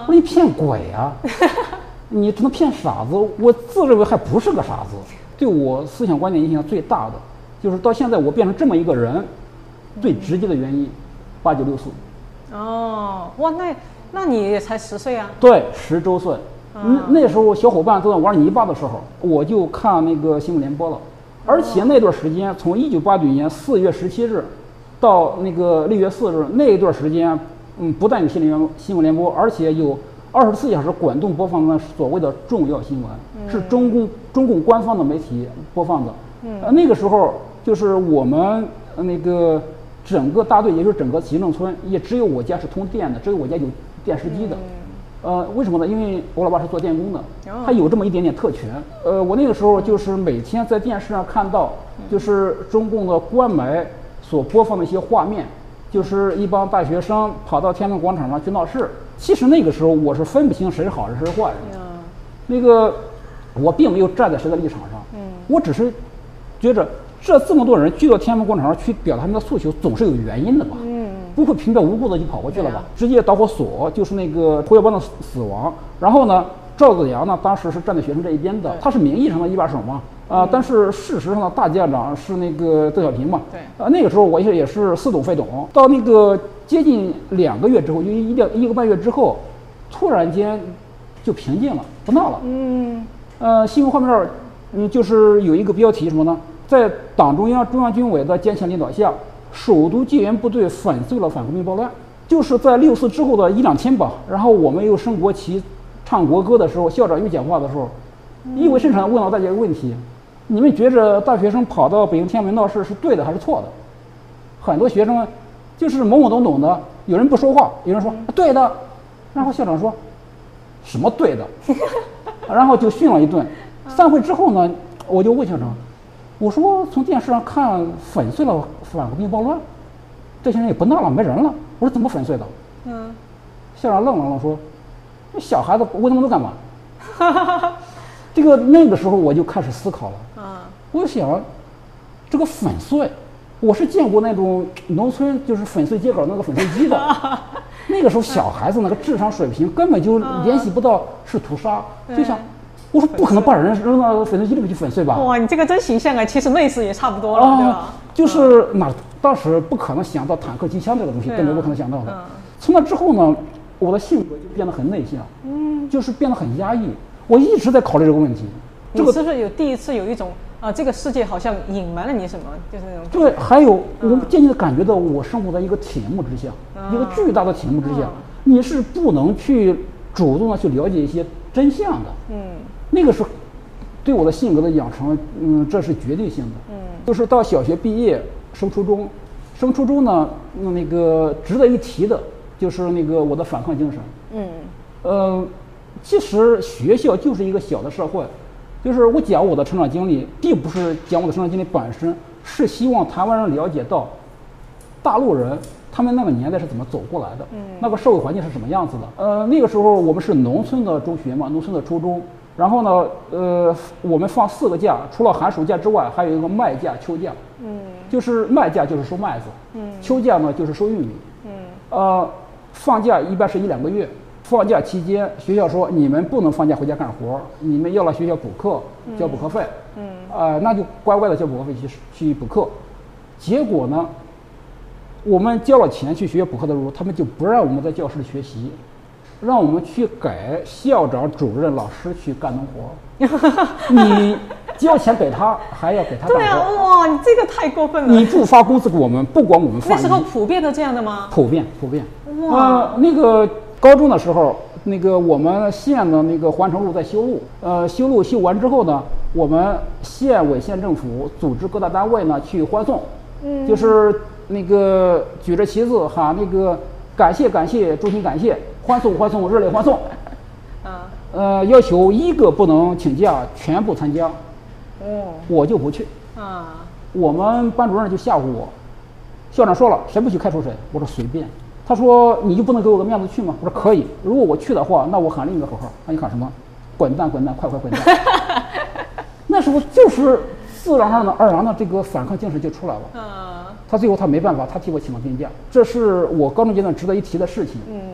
我说你骗鬼啊！你只能骗傻子。我自认为还不是个傻子。对我思想观点影响最大的，就是到现在我变成这么一个人，最直接的原因，八九六四。 哦，哇，那那你也才十岁啊？ 对，十周岁。嗯，那时候小伙伴都在玩泥巴的时候，我就看那个新闻联播了。而且那段时间，从一九八九年四月十七日到那个六月四日那一段时间，嗯，不但有新闻新闻联播，而且有二十四小时滚动播放的所谓的重要新闻，嗯、是中共中共官方的媒体播放的。嗯，呃，那个时候就是我们那个整个大队，也就是整个行政村，也只有我家是通电的，只有我家有电视机的。嗯呃，为什么呢？因为我老爸是做电工的，他有这么一点点特权。呃，我那个时候就是每天在电视上看到，就是中共的官媒所播放的一些画面，就是一帮大学生跑到天安门广场上去闹事。其实那个时候我是分不清谁是好人谁是坏人的。那个我并没有站在谁的立场上，我只是觉着这这么多人聚到天安门广场上去表达他们的诉求，总是有原因的吧。不会平白无故的就跑过去了吧？直接导火索就是那个胡耀邦的死亡。然后呢，赵子阳呢，当时是站在学生这一边的，他是名义上的一把手嘛，啊、呃，但是事实上的大家长是那个邓小平嘛。对。啊、呃，那个时候我也也是似懂非懂。到那个接近两个月之后，就一两一个半月之后，突然间就平静了，不闹了。嗯。呃，新闻画面上，嗯，就是有一个标题什么呢？在党中央、中央军委的坚强领导下。首都戒严部队粉碎了反革命暴乱，就是在六四之后的一两天吧。然后我们又升国旗、唱国歌的时候，校长又讲话的时候，意味深长问了大家一个问题：你们觉着大学生跑到北京天安门闹事是对的还是错的？很多学生就是懵懵懂懂的，有人不说话，有人说对的，然后校长说什么对的，然后就训了一顿。散会之后呢，我就问校长。我说从电视上看粉碎了反革命暴乱，这些人也不闹了，没人了。我说怎么粉碎的？嗯，校长愣了愣说：“那小孩子问那么多干嘛？”这个那个时候我就开始思考了。啊，我想这个粉碎，我是见过那种农村就是粉碎秸秆那个粉碎机的。那个时候小孩子那个智商水平根本就联系不到是屠杀，就想。我说不可能把人扔到粉碎机里面去粉碎吧？ 哇，你这个真形象啊！其实类似也差不多了，啊、对吧？ 就是哪当时不可能想到坦克机枪这个东西，根本不可能想到的。嗯、从那之后呢，我的性格就变得很内向，嗯，就是变得很压抑。我一直在考虑这个问题。 你是不是有第一次有一种啊，这个世界好像隐瞒了你什么？就是那种。 对，还有我渐渐的感觉到我生活在一个铁幕之下，嗯、一个巨大的铁幕之下，嗯、你是不能去主动的去了解一些真相的。嗯。那个是对我的性格的养成，嗯，这是决定性的。嗯，就是到小学毕业升初中，升初中呢，那个值得一提的就是那个我的反抗精神。嗯，呃，其实学校就是一个小的社会，就是我讲我的成长经历，并不是讲我的成长经历本身，是希望台湾人了解到大陆人他们那个年代是怎么走过来的，嗯，那个社会环境是什么样子的。呃，那个时候我们是农村的中学嘛，农村的初中。然后呢，呃，我们放四个假，除了寒暑假之外，还有一个麦假、秋假。嗯，就是麦假就是收麦子，嗯，秋假呢就是收玉米。嗯，呃，放假一般是一两个月。放假期间，学校说你们不能放假回家干活，你们要来学校补课，交补课费。嗯，啊、呃，那就乖乖的交补课费去去补课。结果呢，我们交了钱去学校补课的时候，他们就不让我们在教室里学习。让我们去给校长、主任、老师去干农活。你交钱给他，还要给他干活。 对啊，哇，你这个太过分了。 你不发工资给我们，不管我们发。 那时候普遍都这样的吗？ 普遍，普遍。哇、呃，那个高中的时候，那个我们县的那个环城路在修路，呃，修路修完之后呢，我们县委县政府组织各大单位呢去欢送，嗯，就是那个举着旗子喊那个感谢感谢，衷心感谢。欢送欢送，热烈欢送。啊，呃，要求一个不能请假，全部参加。哦，我就不去。啊，我们班主任就吓唬我，校长说了，谁不去开除谁。我说随便。他说你就不能给我个面子去吗？我说可以。如果我去的话，那我喊另一个口号。那你喊什么？滚蛋滚蛋，快快滚蛋。那时候就是自然而然的而然的这个反抗精神就出来了。啊，他最后他没办法，他替我请了病假，这是我高中阶段值得一提的事情。嗯。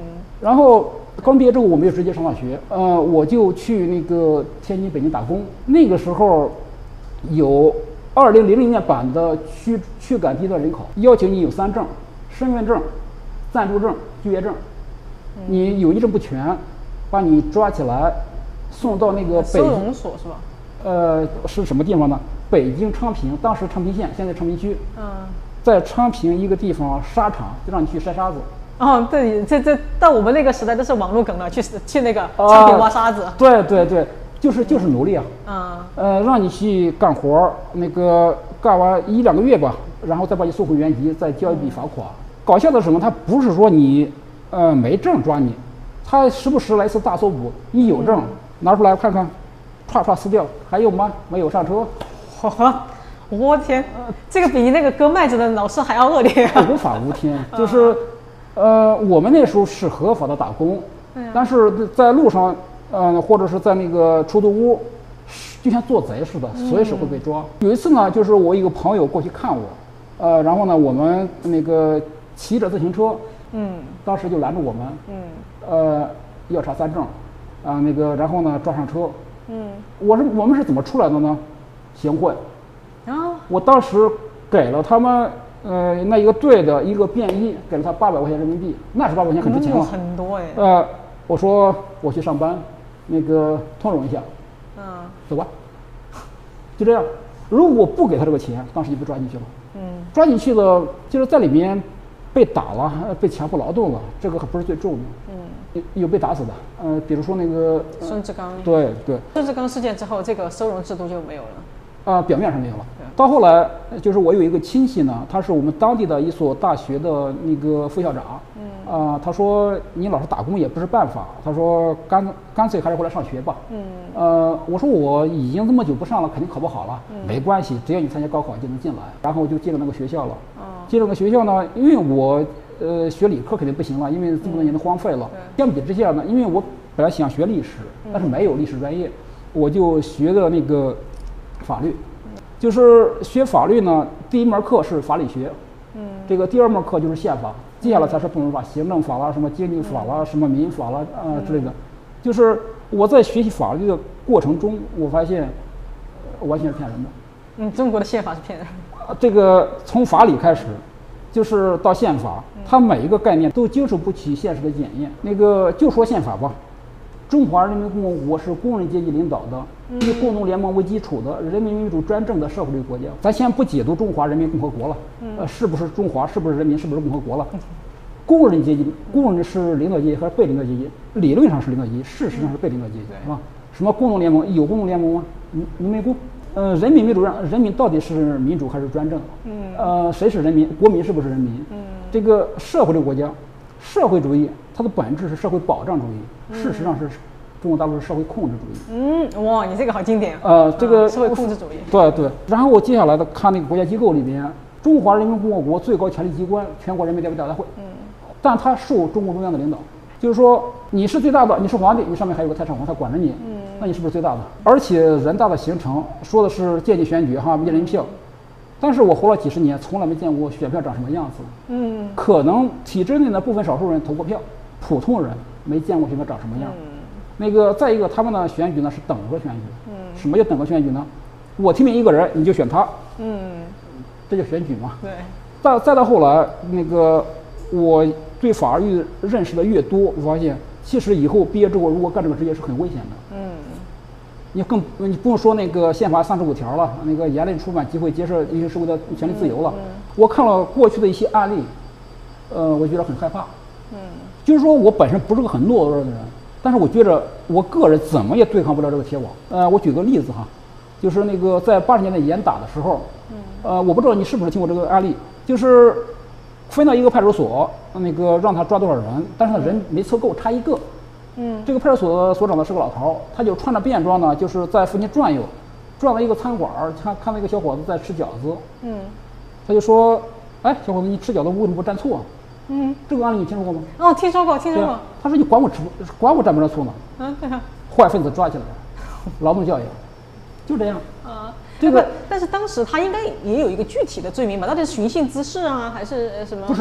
然后刚毕业之后，我没有直接上大学，呃，我就去那个天津、北京打工。那个时候有二零零零年版的驱驱赶低端人口，要求你有三证：身份证、暂住证、就业证。你有一证不全，把你抓起来，送到那个北收容所是吧？ 呃，是什么地方呢？北京昌平，当时昌平县，现在昌平区。 嗯， 在昌平一个地方沙场，就让你去筛沙子。 哦，对，这这到我们那个时代都是网络梗了，去去那个昌平挖沙子。 啊、对对对，就是就是奴隶啊。 嗯。 呃，让你去干活儿，那个干完一两个月吧，然后再把你送回原籍，再交一笔罚款。嗯、搞笑的是什么？他不是说你呃没证抓你，他时不时来一次大搜捕，你有证、嗯、拿出来看看，唰唰撕掉，还有吗？没有，上车。 我天，这个比那个割麦子的老师还要恶劣、啊。 无法无天，就是，呃，我们那时候是合法的打工，嗯、但是在路上，呃，或者是在那个出租屋，就像做贼似的，随时会被抓。嗯、有一次呢，就是我一个朋友过去看我，呃，然后呢，我们那个骑着自行车，嗯，当时就拦住我们，嗯，呃，要查三证，啊、呃，那个，然后呢，抓上车，嗯，我是我们是怎么出来的呢？行贿。 啊！ 我当时给了他们，呃，那一个队的一个便衣，给了他八百块钱人民币，那是八百块钱很值钱了， 很多哎。 呃，我说我去上班，那个通融一下，嗯，走吧，就这样。如果不给他这个钱，当时就被抓进去了。嗯，抓进去了，就是在里面被打了，被强迫劳动了，这个可不是最重的。嗯，有有被打死的，呃，比如说那个呃、孙志刚。 对对。 孙志刚事件之后，这个收容制度就没有了。 啊、呃，表面上没有了。到后来，就是我有一个亲戚呢，他是我们当地的一所大学的那个副校长。嗯。啊、呃，他说你老是打工也不是办法，他说干干脆还是回来上学吧。嗯。呃，我说我已经这么久不上了，肯定考不好了。嗯。没关系，只要你参加高考就能进来。然后就进了那个学校了。哦。进了那个学校呢，因为我呃学理科肯定不行了，因为这么多年都荒废了。嗯、相比之下呢，因为我本来想学历史，但是没有历史专业，我就学的那个。法律，就是学法律呢。第一门课是法理学，嗯，这个第二门课就是宪法，接下来才是部门法、行政法啦、什么经济法啦、什么民法啦啊、呃、之类的。就是我在学习法律的过程中，我发现、呃、完全是骗人的。 嗯，中国的宪法是骗人的。 这个从法理开始，就是到宪法，它每一个概念都经受不起现实的检验。那个就说宪法吧。中华人民共和国是工人阶级领导的，以工农联盟为基础的人民民主专政的社会主义国家。咱先不解读中华人民共和国了，呃，是不是中华，是不是人民，是不是共和国了？工人阶级，工人是领导阶级还是被领导阶级？理论上是领导阶级，事实上是被领导阶级，是吧？什么工农联盟？有工农联盟吗？你没工。呃，人民民主让人民到底是民主还是专政？嗯。呃，谁是人民？国民是不是人民？嗯。这个社会主义国家，社会主义它的本质是社会保障主义，事实上是。中国大陆是社会控制主义。 嗯，哇，你这个好经典。 呃，这个、 啊、社会控制主义。 对对。然后我接下来的看那个国家机构里边，中华人民共和国最高权力机关全国人民代表大会。嗯。但它受中共中央的领导，就是说你是最大的，你是皇帝，你上面还有个太上皇，他管着你。嗯。那你是不是最大的？而且人大的形成说的是间接选举哈，一人一票。但是我活了几十年，从来没见过选票长什么样子。嗯。可能体制内的部分少数人投过票，普通人没见过选票长什么样。嗯。那个，再一个，他们的选举呢是等额选举。嗯。什么叫等额选举呢？我提名一个人，你就选他。嗯。这就选举嘛。 对。 再再到后来，那个我对法律认识的越多，我发现其实以后毕业之后，如果干这个职业是很危险的。嗯。你更你不用说那个宪法三十五条了，那个言论、出版、集会、结社、一些社会的权利自由了。嗯。我看了过去的一些案例，呃，我觉得很害怕。嗯。就是说我本身不是个很懦弱的人。但是我觉着我个人怎么也对抗不了这个铁网。呃，我举个例子哈，就是那个在八十年代严打的时候，呃，我不知道你是不是听过这个案例，就是分到一个派出所，那个让他抓多少人，但是他人没凑够，差一个。嗯。这个派出所的所长呢是个老头，他就穿着便装呢，就是在附近转悠，转到一个餐馆，看看到一个小伙子在吃饺子。嗯。他就说：“哎，小伙子，你吃饺子为什么不蘸醋啊？”嗯，这个案例你听说过吗？ 哦，听说过，听说过。 他说你管我吃，管我蘸不蘸醋呢？ 嗯，对啊。 坏分子抓起来了，劳动教育，就这样。啊，这个， 但是当时他应该也有一个具体的罪名吧？到底是寻衅滋事啊，还是什么？ 不是，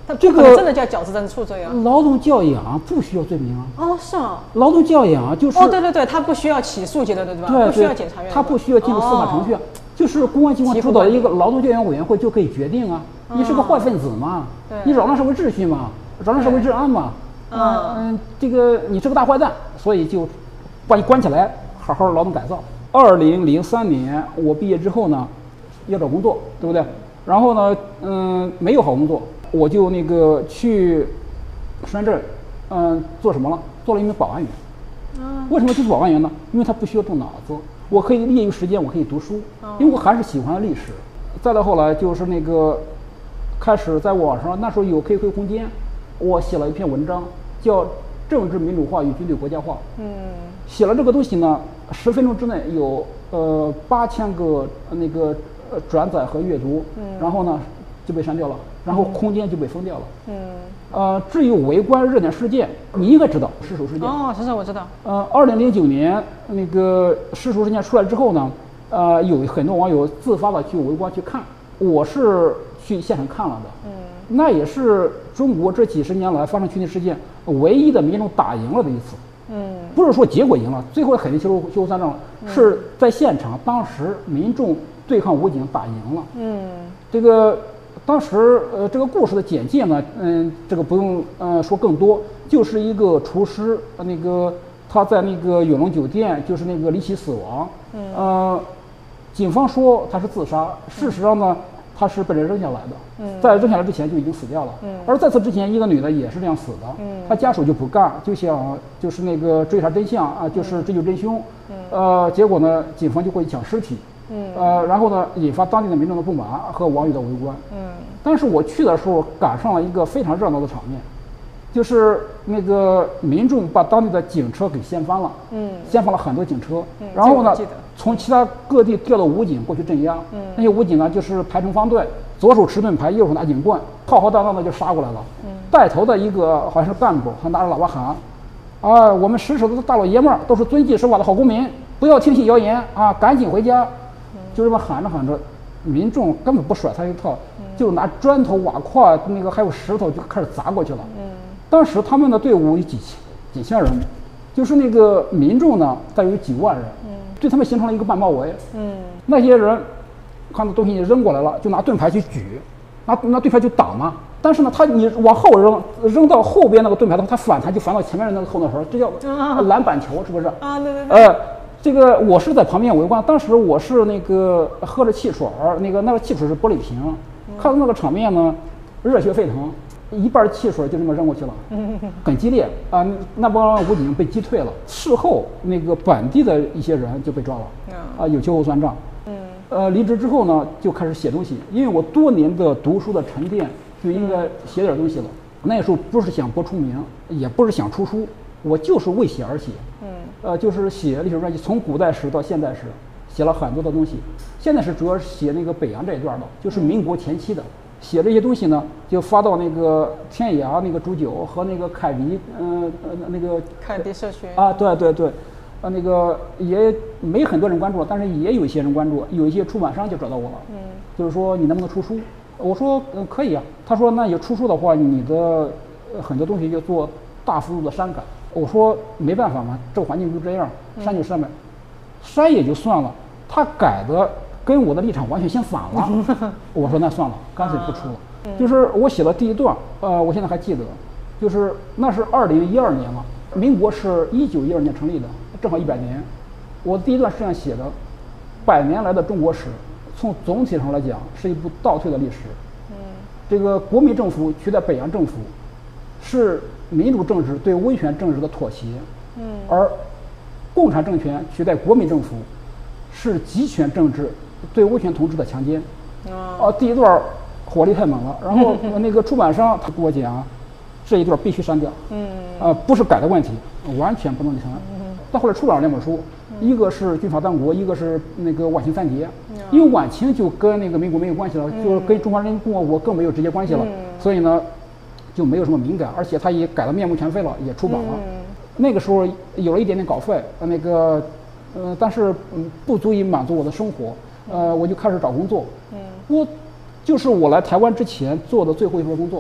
他这个可能真的叫矫治症处罪啊。 劳动教养不需要罪名啊。 哦，是吗？ 劳动教养就是哦，对对对，他不需要起诉级的，对吧？ 对， 不需要检察院， 他不需要进入司法程序， 哦、 就是公安机关主导的一个劳动教养委员会就可以决定啊。 嗯、 你是个坏分子嘛？ 对， 你扰乱社会秩序嘛？扰乱社会治安嘛？嗯嗯，这个你是个大坏蛋，所以就把你关起来，好好劳动改造。二零零三年我毕业之后呢，要找工作，对不对？然后呢，嗯，没有好工作，我就那个去深圳，嗯，做什么了？做了一名保安员。 嗯， 为什么去做保安员呢？因为他不需要动脑子，我可以业余时间我可以读书，因为我还是喜欢历史。再到后来就是那个开始在网上，那时候有 Q Q 空间，我写了一篇文章，叫《政治民主化与军队国家化》。 嗯， 写了这个东西呢，十分钟之内有呃八千个那个呃转载和阅读， 嗯， 然后呢就被删掉了，然后空间就被封掉了。 嗯， 呃，至于围观热点事件，你应该知道失守事件。 哦，是是，我知道。 呃，二零零九年那个失守事件出来之后呢，呃，有很多网友自发的去围观去看，我是去现场看了的。 嗯， 那也是中国这几十年来发生群体事件唯一的民众打赢了的一次。 嗯， 不是说结果赢了，最后肯定修修算账了，嗯、是在现场当时民众对抗武警打赢了。 嗯， 这个当时呃这个故事的简介呢，嗯，这个不用呃说更多，就是一个厨师，呃、那个他在那个永隆酒店就是那个离奇死亡。嗯，呃，警方说他是自杀，事实上呢他是被人扔下来的。嗯，在扔下来之前就已经死掉了。嗯，而在此之前，一个女的也是这样死的。嗯，她家属就不干，就想就是那个追查真相啊，就是追究真凶。嗯，呃，结果呢，警方就过去抢尸体。嗯，呃，然后呢，引发当地的民众的不满和网友的围观。嗯，但是我去的时候赶上了一个非常热闹的场面，就是那个民众把当地的警车给掀翻了。嗯，掀翻了很多警车。嗯，然后呢，从其他各地调的武警过去镇压。嗯，那些武警呢，就是排成方队。左手持盾牌，右手拿警棍，浩浩荡荡的就杀过来了。嗯，带头的一个好像是干部，他拿着喇叭喊：“啊，我们十手的大老爷们儿都是遵纪守法的好公民，不要听信谣言啊，赶紧回家。”嗯，就这么喊着喊着，民众根本不甩他一套，嗯、就拿砖头、瓦块，那个还有石头就开始砸过去了。嗯，当时他们的队伍有几千几千人，就是那个民众呢，大约有几万人。嗯，对他们形成了一个半包围。嗯，那些人。看到东西扔过来了，就拿盾牌去举，拿拿盾牌去挡嘛。但是呢，他你往后扔，扔到后边那个盾牌的话，他反弹就反到前面的那个后脑勺，这叫篮板球，是不是？啊，对对对。呃，这个我是在旁边围观，当时我是那个喝着汽水儿，那个那个汽水是玻璃瓶，看到那个场面呢，热血沸腾，一半汽水就这么扔过去了，很激烈啊。那帮武警被击退了，事后那个本地的一些人就被抓了，啊，有秋后算账。呃，离职之后呢，就开始写东西，因为我多年的读书的沉淀，就应该写点东西了。那时候不是想博出名，也不是想出书，我就是为写而写。嗯，呃，就是写历史传记，从古代史到现代史，写了很多的东西。现代史主要是写那个北洋这一段的，就是民国前期的。写这些东西呢，就发到那个天涯那个煮酒和那个凯迪，嗯呃那个凯迪社区啊，对对对。呃，那个也没很多人关注，但是也有一些人关注，有一些出版商就找到我了，嗯，就是说你能不能出书？我说嗯、呃、可以啊。他说那有出书的话，你的、呃、很多东西要做大幅度的删改。我说没办法嘛，这个环境就这样，删就删呗，删也就算了，他改的跟我的立场完全相反了。我说那算了，干脆不出了。嗯、就是我写了第一段，呃，我现在还记得，就是那是二零一二年了，民国是一九一二年成立的。正好一百年，我第一段是这样写的：百年来的中国史，从总体上来讲是一部倒退的历史。嗯，这个国民政府取代北洋政府，是民主政治对威权政治的妥协。嗯，而共产政权取代国民政府，是集权政治对威权统治的强奸。啊，第一段火力太猛了，然后那个出版商他跟我讲，这一段必须删掉。嗯，啊，不是改的问题，完全不能删。到后来出版了两本书，嗯、一个是《军阀当国》，一个是那个《晚清三杰》。嗯、因为晚清就跟那个民国没有关系了，嗯、就跟中华人民共和国更没有直接关系了，嗯、所以呢，就没有什么敏感，而且它也改得面目全非了，也出版了。嗯、那个时候有了一点点稿费，那个，呃，但是嗯不足以满足我的生活，呃，我就开始找工作。嗯，我就是我来台湾之前做的最后一份工作。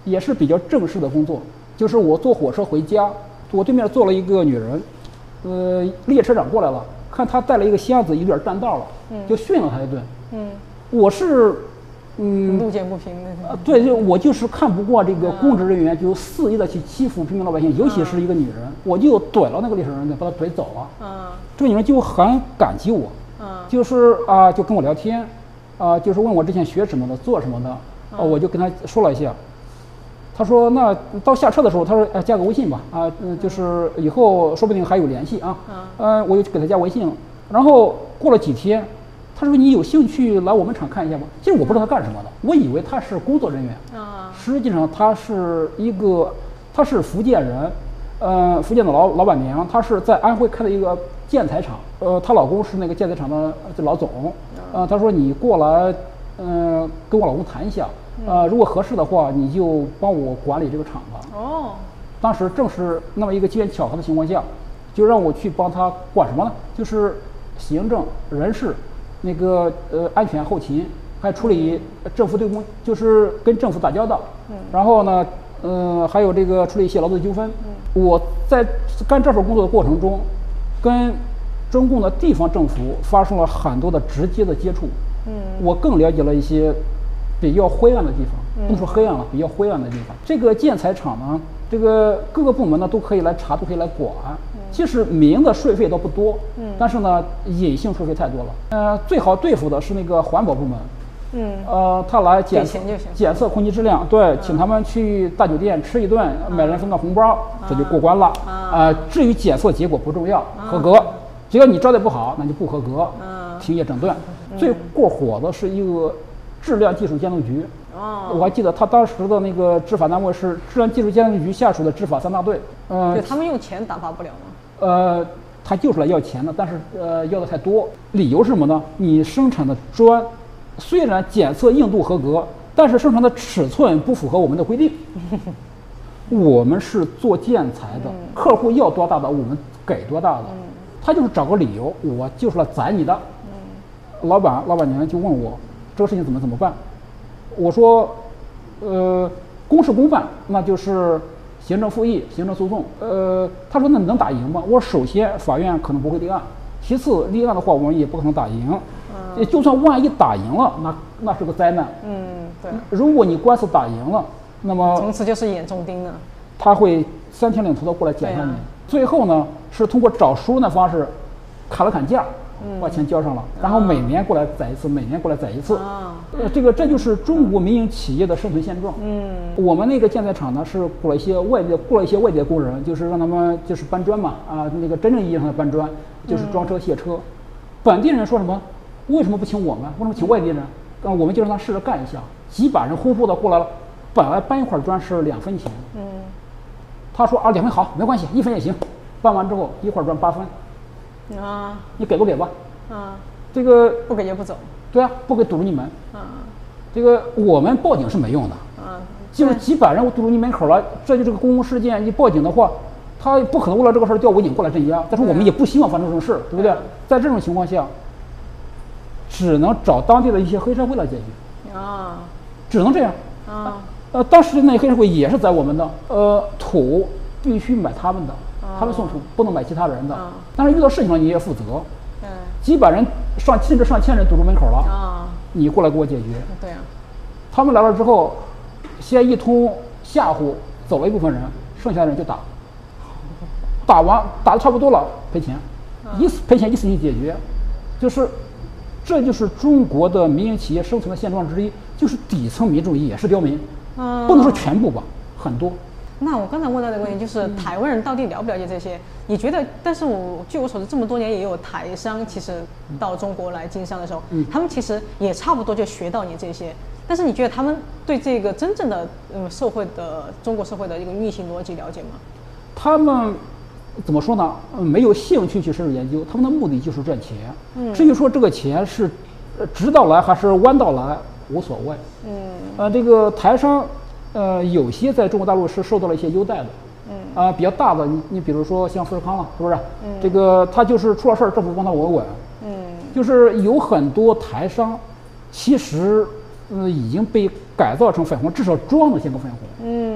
也是比较正式的工作，就是我坐火车回家，我对面坐了一个女人，呃，列车长过来了，看她带了一个箱子，有点占道了，就训了她一顿。嗯，我是。嗯， 路见不平的。 呃，对，就我就是看不惯这个公职人员就肆意的去欺负平民老百姓，尤其是一个女人，我就怼了那个列车人，把她怼走了。嗯，这个女人就很感激我，嗯，就是啊、呃，就跟我聊天，啊、呃，就是问我之前学什么的，做什么的，啊、呃，我就跟她说了一下。她说那到下车的时候，她说哎加个微信吧，啊、呃，嗯，就是以后说不定还有联系啊。嗯，呃，我就给她加微信了。然后过了几天。他说：“你有兴趣来我们厂看一下吗？”其实我不知道他干什么的，我以为他是工作人员。啊，实际上他是一个，他是福建人，呃，福建的老老板娘，她是在安徽开的一个建材厂，呃，她老公是那个建材厂的老总。呃，她说你过来，嗯、呃，跟我老公谈一下，呃，如果合适的话，你就帮我管理这个厂吧。哦，当时正是那么一个机缘巧合的情况下，就让我去帮他管什么呢？就是行政、人事。那个呃，安全后勤，还处理政府对公，就是跟政府打交道。嗯。然后呢，呃，还有这个处理一些劳资纠纷。嗯。我在干这份工作的过程中，跟中共的地方政府发生了很多的直接的接触。嗯。我更了解了一些比较灰暗的地方，不能说黑暗了，比较灰暗的地方。这个建材厂呢，这个各个部门呢都可以来查，都可以来管。其实明的税费都不多，嗯，但是呢，隐性税费太多了。呃，最好对付的是那个环保部门，嗯，呃，他来检测检测空气质量，对，嗯、请他们去大酒店吃一顿，嗯、每人分个红包，嗯、这就过关了。啊、呃，至于检测结果不重要，嗯、合格，只要你招待不好，那就不合格，嗯，停业整顿。嗯、最过火的是一个质量技术监督局。哦，我还记得他当时的那个执法单位是质量技术监督局下属的执法三大队。 嗯、呃，对他们用钱打发不了吗？ 呃，他就是来要钱的，但是呃要的太多。理由是什么呢？你生产的砖虽然检测硬度合格，但是生产的尺寸不符合我们的规定。我们是做建材的，嗯、客户要多大的我们给多大的。嗯、他就是找个理由，我就是来宰你的。嗯、老板老板娘就问我这个事情怎么怎么办？我说，呃，公事公办，那就是行政复议、行政诉讼。呃，他说那你能打赢吗？我说首先法院可能不会立案，其次立案的话我们也不可能打赢。嗯，就算万一打赢了，那那是个灾难。嗯，对。如果你官司打赢了，那么从此就是眼中钉了。 他会三天两头的过来检查你。啊、最后呢，是通过找熟人的方式，砍了砍价。嗯，把钱交上了，然后每年过来宰一次，每年过来宰一次。啊，呃，这个这就是中国民营企业的生存现状。嗯，我们那个建材厂呢是雇了一些外地雇了一些外地的工人，就是让他们就是搬砖嘛，啊，那个真正意义上的搬砖，就是装车卸车。嗯、本地人说什么？为什么不请我们？为什么请外地人？啊，我们就让他试着干一下。几百人呼呼的过来了，本来搬一块砖是两分钱。嗯，他说啊，两分好，没关系，一分也行。搬完之后一块砖八分。啊，你给不给吧？啊，这个不给就不走。 对啊，不给堵住你门。啊，这个我们报警是没用的。啊，就是几百人我堵住你门口了，这就这个公共事件，一报警的话，他不可能为了这个事儿调武警过来镇压。但是我们也不希望发生这种事，对不对？在这种情况下，只能找当地的一些黑社会来解决。啊，只能这样。啊，呃，当时那黑社会也是在我们的，呃，土必须买他们的。他们送土不能买其他人的，啊、但是遇到事情了你也负责。嗯，几百人上甚至上千人堵住门口了，啊，你过来给我解决。 对啊，他们来了之后，先一通吓唬，走了一部分人，剩下的人就打，打完打的差不多了赔钱，啊、一次赔钱一次性解决，就是这就是中国的民营企业生存的现状之一，就是底层民众也是刁民，啊、不能说全部吧，很多。 那我刚才问到的问题就是，台湾人到底了不了解这些？你觉得？但是我据我所知，这么多年也有台商其实到中国来经商的时候，嗯、他们其实也差不多就学到你这些。但是你觉得他们对这个真正的嗯社会的中国社会的一个运行逻辑了解吗？ 他们怎么说呢？没有兴趣去深入研究，他们的目的就是赚钱。嗯，至于说这个钱是直道来还是弯道来，无所谓。嗯，呃，这个台商。呃，有些在中国大陆是受到了一些优待的，嗯，啊、呃，比较大的，你你比如说像富士康了，是不是？嗯，这个他就是出了事儿，政府帮他稳稳，嗯，就是有很多台商，其实，呃，已经被改造成粉红，至少装的像个粉红，嗯，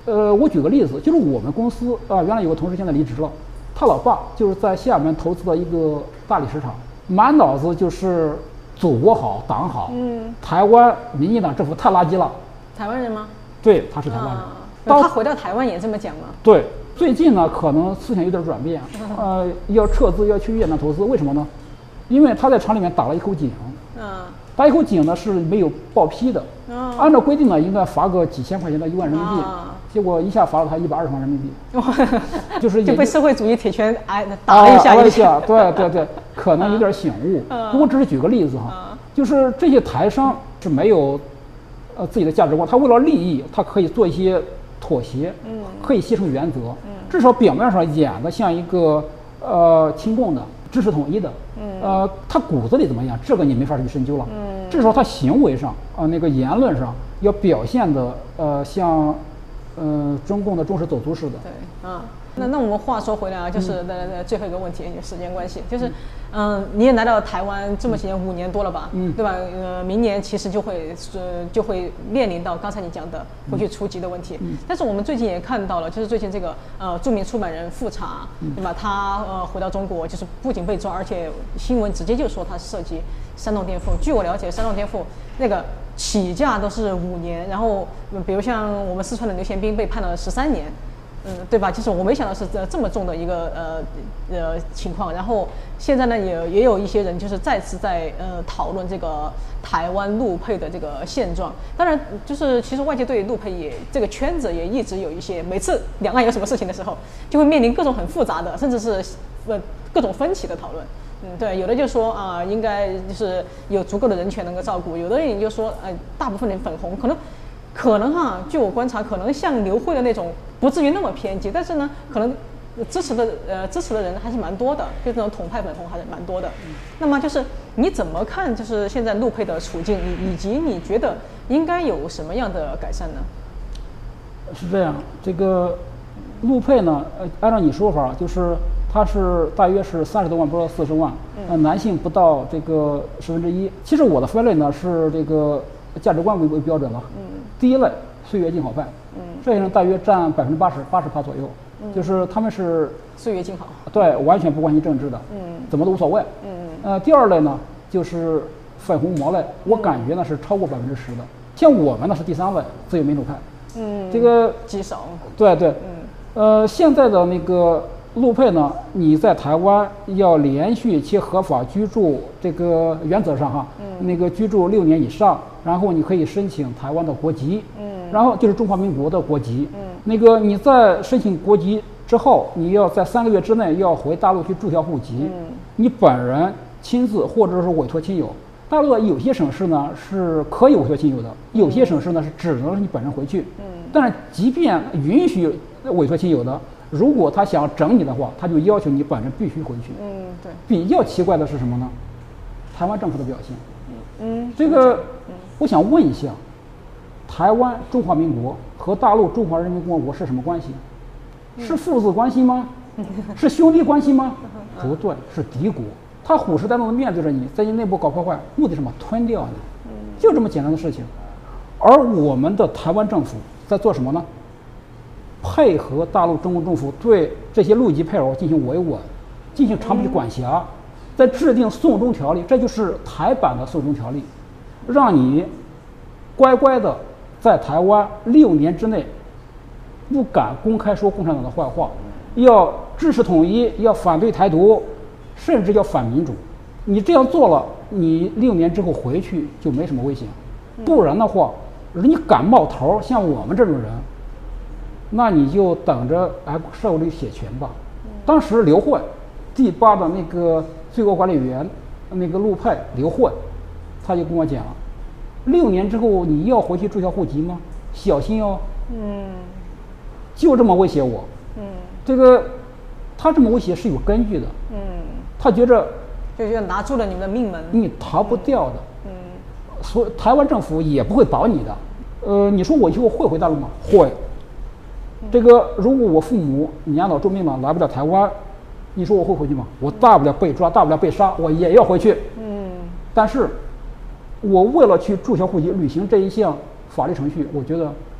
呃，我举个例子，就是我们公司啊、呃，原来有个同事现在离职了，他老爸就是在厦门投资了一个大理石厂，满脑子就是祖国好，党好。嗯。台湾民进党政府太垃圾了。 台湾人吗？ 对，他是台湾人。 啊、他回到台湾也这么讲吗？ 对，最近呢可能思想有点转变，呃，要撤资，要去越南投资，为什么呢？因为他在厂里面打了一口井。嗯。打一口井呢是没有报批的。嗯。按照规定呢，应该罚个几千块钱到一万人民币。啊。结果一下罚了他一百二十万人民币，就是就被社会主义铁拳挨打了一下， 打了一下，对对对，可能有点醒悟。不过只是举个例子哈，就是这些台商是没有呃自己的价值观，他为了利益，他可以做一些妥协，嗯，可以牺牲原则，嗯，至少表面上演的像一个呃亲共的、支持统一的，嗯，呃，他骨子里怎么样，这个你没法去深究了，嗯，至少他行为上啊、呃、那个言论上要表现的呃像。呃，中共的忠实走卒似的。 对，啊，那那我们话说回来啊，就是的、嗯、最后一个问题，有时间关系，就是，嗯、呃，你也来到台湾这么些年，五年多了吧，嗯，对吧？呃，明年其实就会呃就会面临到刚才你讲的回去出籍的问题。嗯、但是我们最近也看到了，就是最近这个呃著名出版人富察，对吧？他呃回到中国，就是不仅被抓，而且新闻直接就说他涉及煽动颠覆。据我了解，煽动颠覆那个。起价都是五年，然后比如像我们四川的刘贤斌被判了十三年，嗯，对吧？就是我没想到是这这么重的一个呃呃情况。然后现在呢，也也有一些人就是再次在呃讨论这个台湾陆配的这个现状。当然，就是其实外界对陆配也这个圈子也一直有一些，每次两岸有什么事情的时候，就会面临各种很复杂的，甚至是呃各种分歧的讨论。嗯，对，有的就说啊、呃，应该就是有足够的人权能够照顾；有的人就说，呃，大部分人粉红，可能，可能哈，据我观察，可能像刘慧的那种，不至于那么偏激，但是呢，可能支持的呃支持的人还是蛮多的，就这种统派粉红还是蛮多的。嗯、那么就是你怎么看，就是现在陆配的处境，以以及你觉得应该有什么样的改善呢？ 是这样，这个陆配呢，呃，按照你说法，就是。他是大约是三十多万，不到四十万，呃，男性不到这个十分之一。其实我的分类呢是这个价值观为为标准了。嗯。第一类岁月静好派，嗯，这些人大约占百分之八十，八十趴左右，嗯，就是他们是岁月静好， 对，完全不关心政治的，嗯，怎么都无所谓，嗯。呃，第二类呢就是粉红毛类，我感觉呢是超过百分之十的。像我们呢是第三位自由民主派，嗯，这个极少。对对，嗯，呃，现在的那个。陆配呢？你在台湾要连续且合法居住，这个原则上哈，嗯，那个居住六年以上，然后你可以申请台湾的国籍，嗯，然后就是中华民国的国籍，嗯，那个你在申请国籍之后，你要在三个月之内要回大陆去注销户籍，嗯，你本人亲自或者是委托亲友。大陆有些省市呢是可以委托亲友的，有些省市呢是只能是你本人回去，嗯，但是即便允许委托亲友的。如果他想整你的话，他就要求你本人必须回去。嗯，对。比较奇怪的是什么呢？台湾政府的表现。嗯，这个，我想问一下，台湾中华民国和大陆中华人民共和国是什么关系？是父子关系吗？是兄弟关系吗？不对，是敌国。他虎视眈眈地面对着你，在你内部搞破坏，目的是什么？吞掉你。就这么简单的事情。而我们的台湾政府在做什么呢？配合大陆中共政府对这些陆籍配偶进行维稳，进行长期管辖，在制定送中条例，这就是台版的送中条例，让你乖乖的在台湾六年之内不敢公开说共产党的坏话，要支持统一，要反对台独，甚至要反民主。你这样做了，你六年之后回去就没什么危险，不然的话，你敢冒头，像我们这种人。那你就等着挨受这血拳吧。当时刘慧，第八的那个最高管理员，那个陆配刘慧，他就跟我讲，六年之后你要回去注销户籍吗？小心哦。嗯。就这么威胁我。嗯。这个，他这么威胁是有根据的。嗯。他觉着， 就就拿住了你们的命门， 你逃不掉的。嗯。所以台湾政府也不会保你的。呃，你说我以后会回大陆吗？会。这个如果我父母年老重病了来不了台湾，你说我会回去吗？我大不了被抓，大不了被杀，我也要回去。嗯，但是，我为了去注销户籍、履行这一项法律程序，我觉得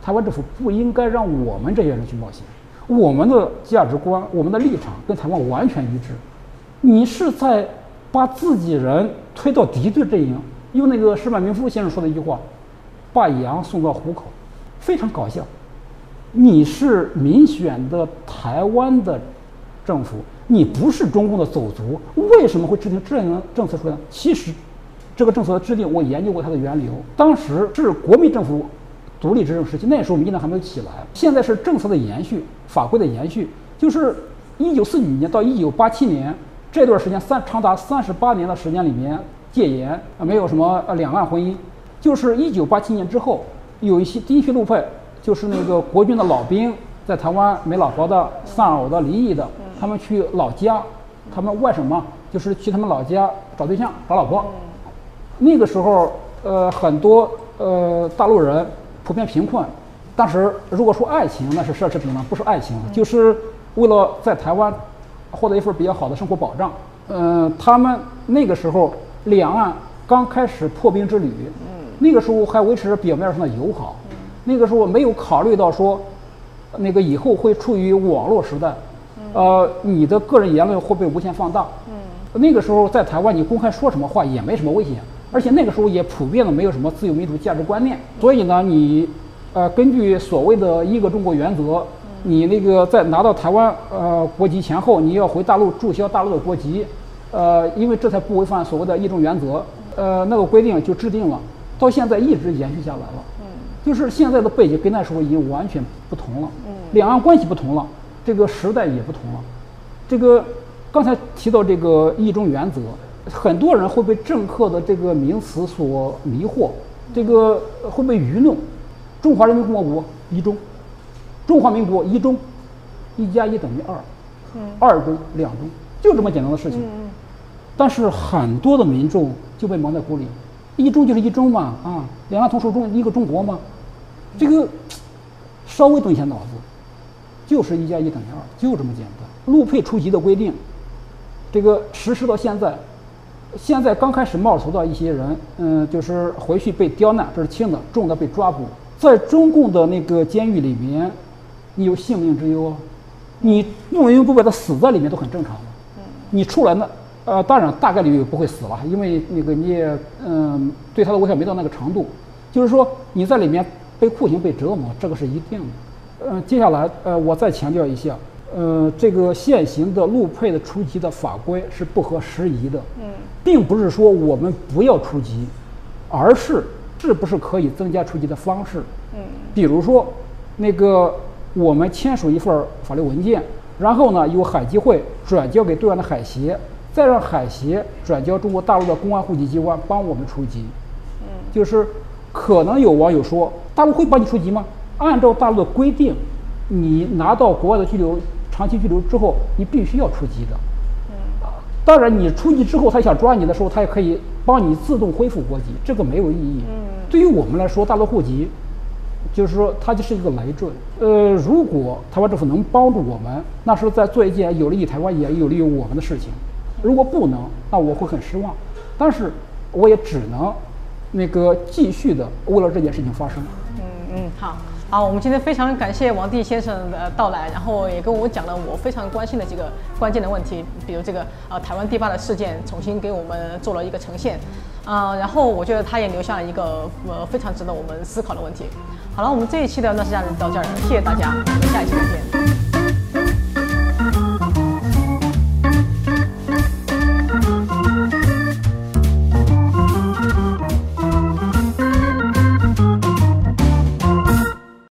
台湾政府不应该让我们这些人去冒险。我们的价值观、我们的立场跟台湾完全一致。你是在把自己人推到敌对阵营，用那个石板明夫先生说的一句话，把羊送到虎口，非常搞笑。你是民选的台湾的政府，你不是中共的走卒，为什么会制定这样的政策出来？其实，这个政策的制定，我研究过它的源流。当时是国民政府独立执政时期，那时候民进党还没有起来。现在是政策的延续，法规的延续，就是一九四九年到一九八七年这段时间，三长达三十八年的时间里面戒严啊，没有什么呃两岸婚姻。就是一九八七年之后，有一些第一批陆配，就是那个国军的老兵，在台湾没老婆的、丧偶的、离异的，他们去老家，他们外省嘛，就是去他们老家找对象、找老婆。那个时候，呃，很多呃大陆人普遍贫困，当时如果说爱情，那是奢侈品了，不是爱情，就是为了在台湾获得一份比较好的生活保障。嗯、呃，他们那个时候两岸刚开始破冰之旅，那个时候还维持着表面上的友好，那个时候没有考虑到说，那个以后会处于网络时代，呃，你的个人言论会被无限放大。那个时候在台湾，你公开说什么话也没什么危险。而且那个时候也普遍的没有什么自由民主价值观念，所以呢，你，呃，根据所谓的一个中国原则，你那个在拿到台湾呃国籍前后，你要回大陆注销大陆的国籍，呃，因为这才不违反所谓的一中原则，呃，那个规定就制定了，到现在一直延续下来了。嗯，就是现在的背景跟那时候已经完全不同了，嗯，两岸关系不同了，这个时代也不同了，这个刚才提到这个一中原则。很多人会被政客的这个名词所迷惑，这个会被愚弄。中华人民共和国一中，中华民国一中，一加一等于二，二中两中，就这么简单的事情。但是很多的民众就被蒙在鼓里，一中就是一中嘛，啊，两岸同属中一个中国嘛，这个稍微动一下脑子，就是一加一等于二，就这么简单。陆配出籍的规定，这个实施到现在。现在刚开始冒头的一些人，嗯，就是回去被刁难，这是轻的；重的被抓捕。在中共的那个监狱里面，你有性命之忧啊，你不明不白的死在里面都很正常的。你出来呢，呃，当然大概率也不会死了，因为那个你也，嗯，对他的危害没到那个程度。就是说你在里面被酷刑、被折磨，这个是一定的。嗯，接下来，呃，我再强调一下。呃，这个现行的陆配的出籍的法规是不合时宜的，嗯，并不是说我们不要出籍，而是是不是可以增加出籍的方式，嗯，比如说，那个我们签署一份法律文件，然后呢由海基会转交给对岸的海协，再让海协转交中国大陆的公安户籍机关帮我们出籍，嗯，就是可能有网友说，大陆会帮你出籍吗？按照大陆的规定，你拿到国外的居留。长期居留之后，你必须要出籍的。嗯，当然，你出籍之后，他想抓你的时候，他也可以帮你自动恢复国籍，这个没有意义。嗯，对于我们来说，大陆户籍，就是说它就是一个累赘。呃，如果台湾政府能帮助我们，那是在做一件有利于台湾也有利于我们的事情。如果不能，那我会很失望。但是，我也只能那个继续的为了这件事情发声。 嗯嗯，好。好，我们今天非常感谢王帝先生的到来，然后也跟我讲了我非常关心的几个关键的问题，比如这个呃台湾地坝的事件，重新给我们做了一个呈现，啊、呃，然后我觉得他也留下了一个呃非常值得我们思考的问题。好了，我们这一期的《乱世佳人》到这儿了，谢谢大家，我们下一期再见。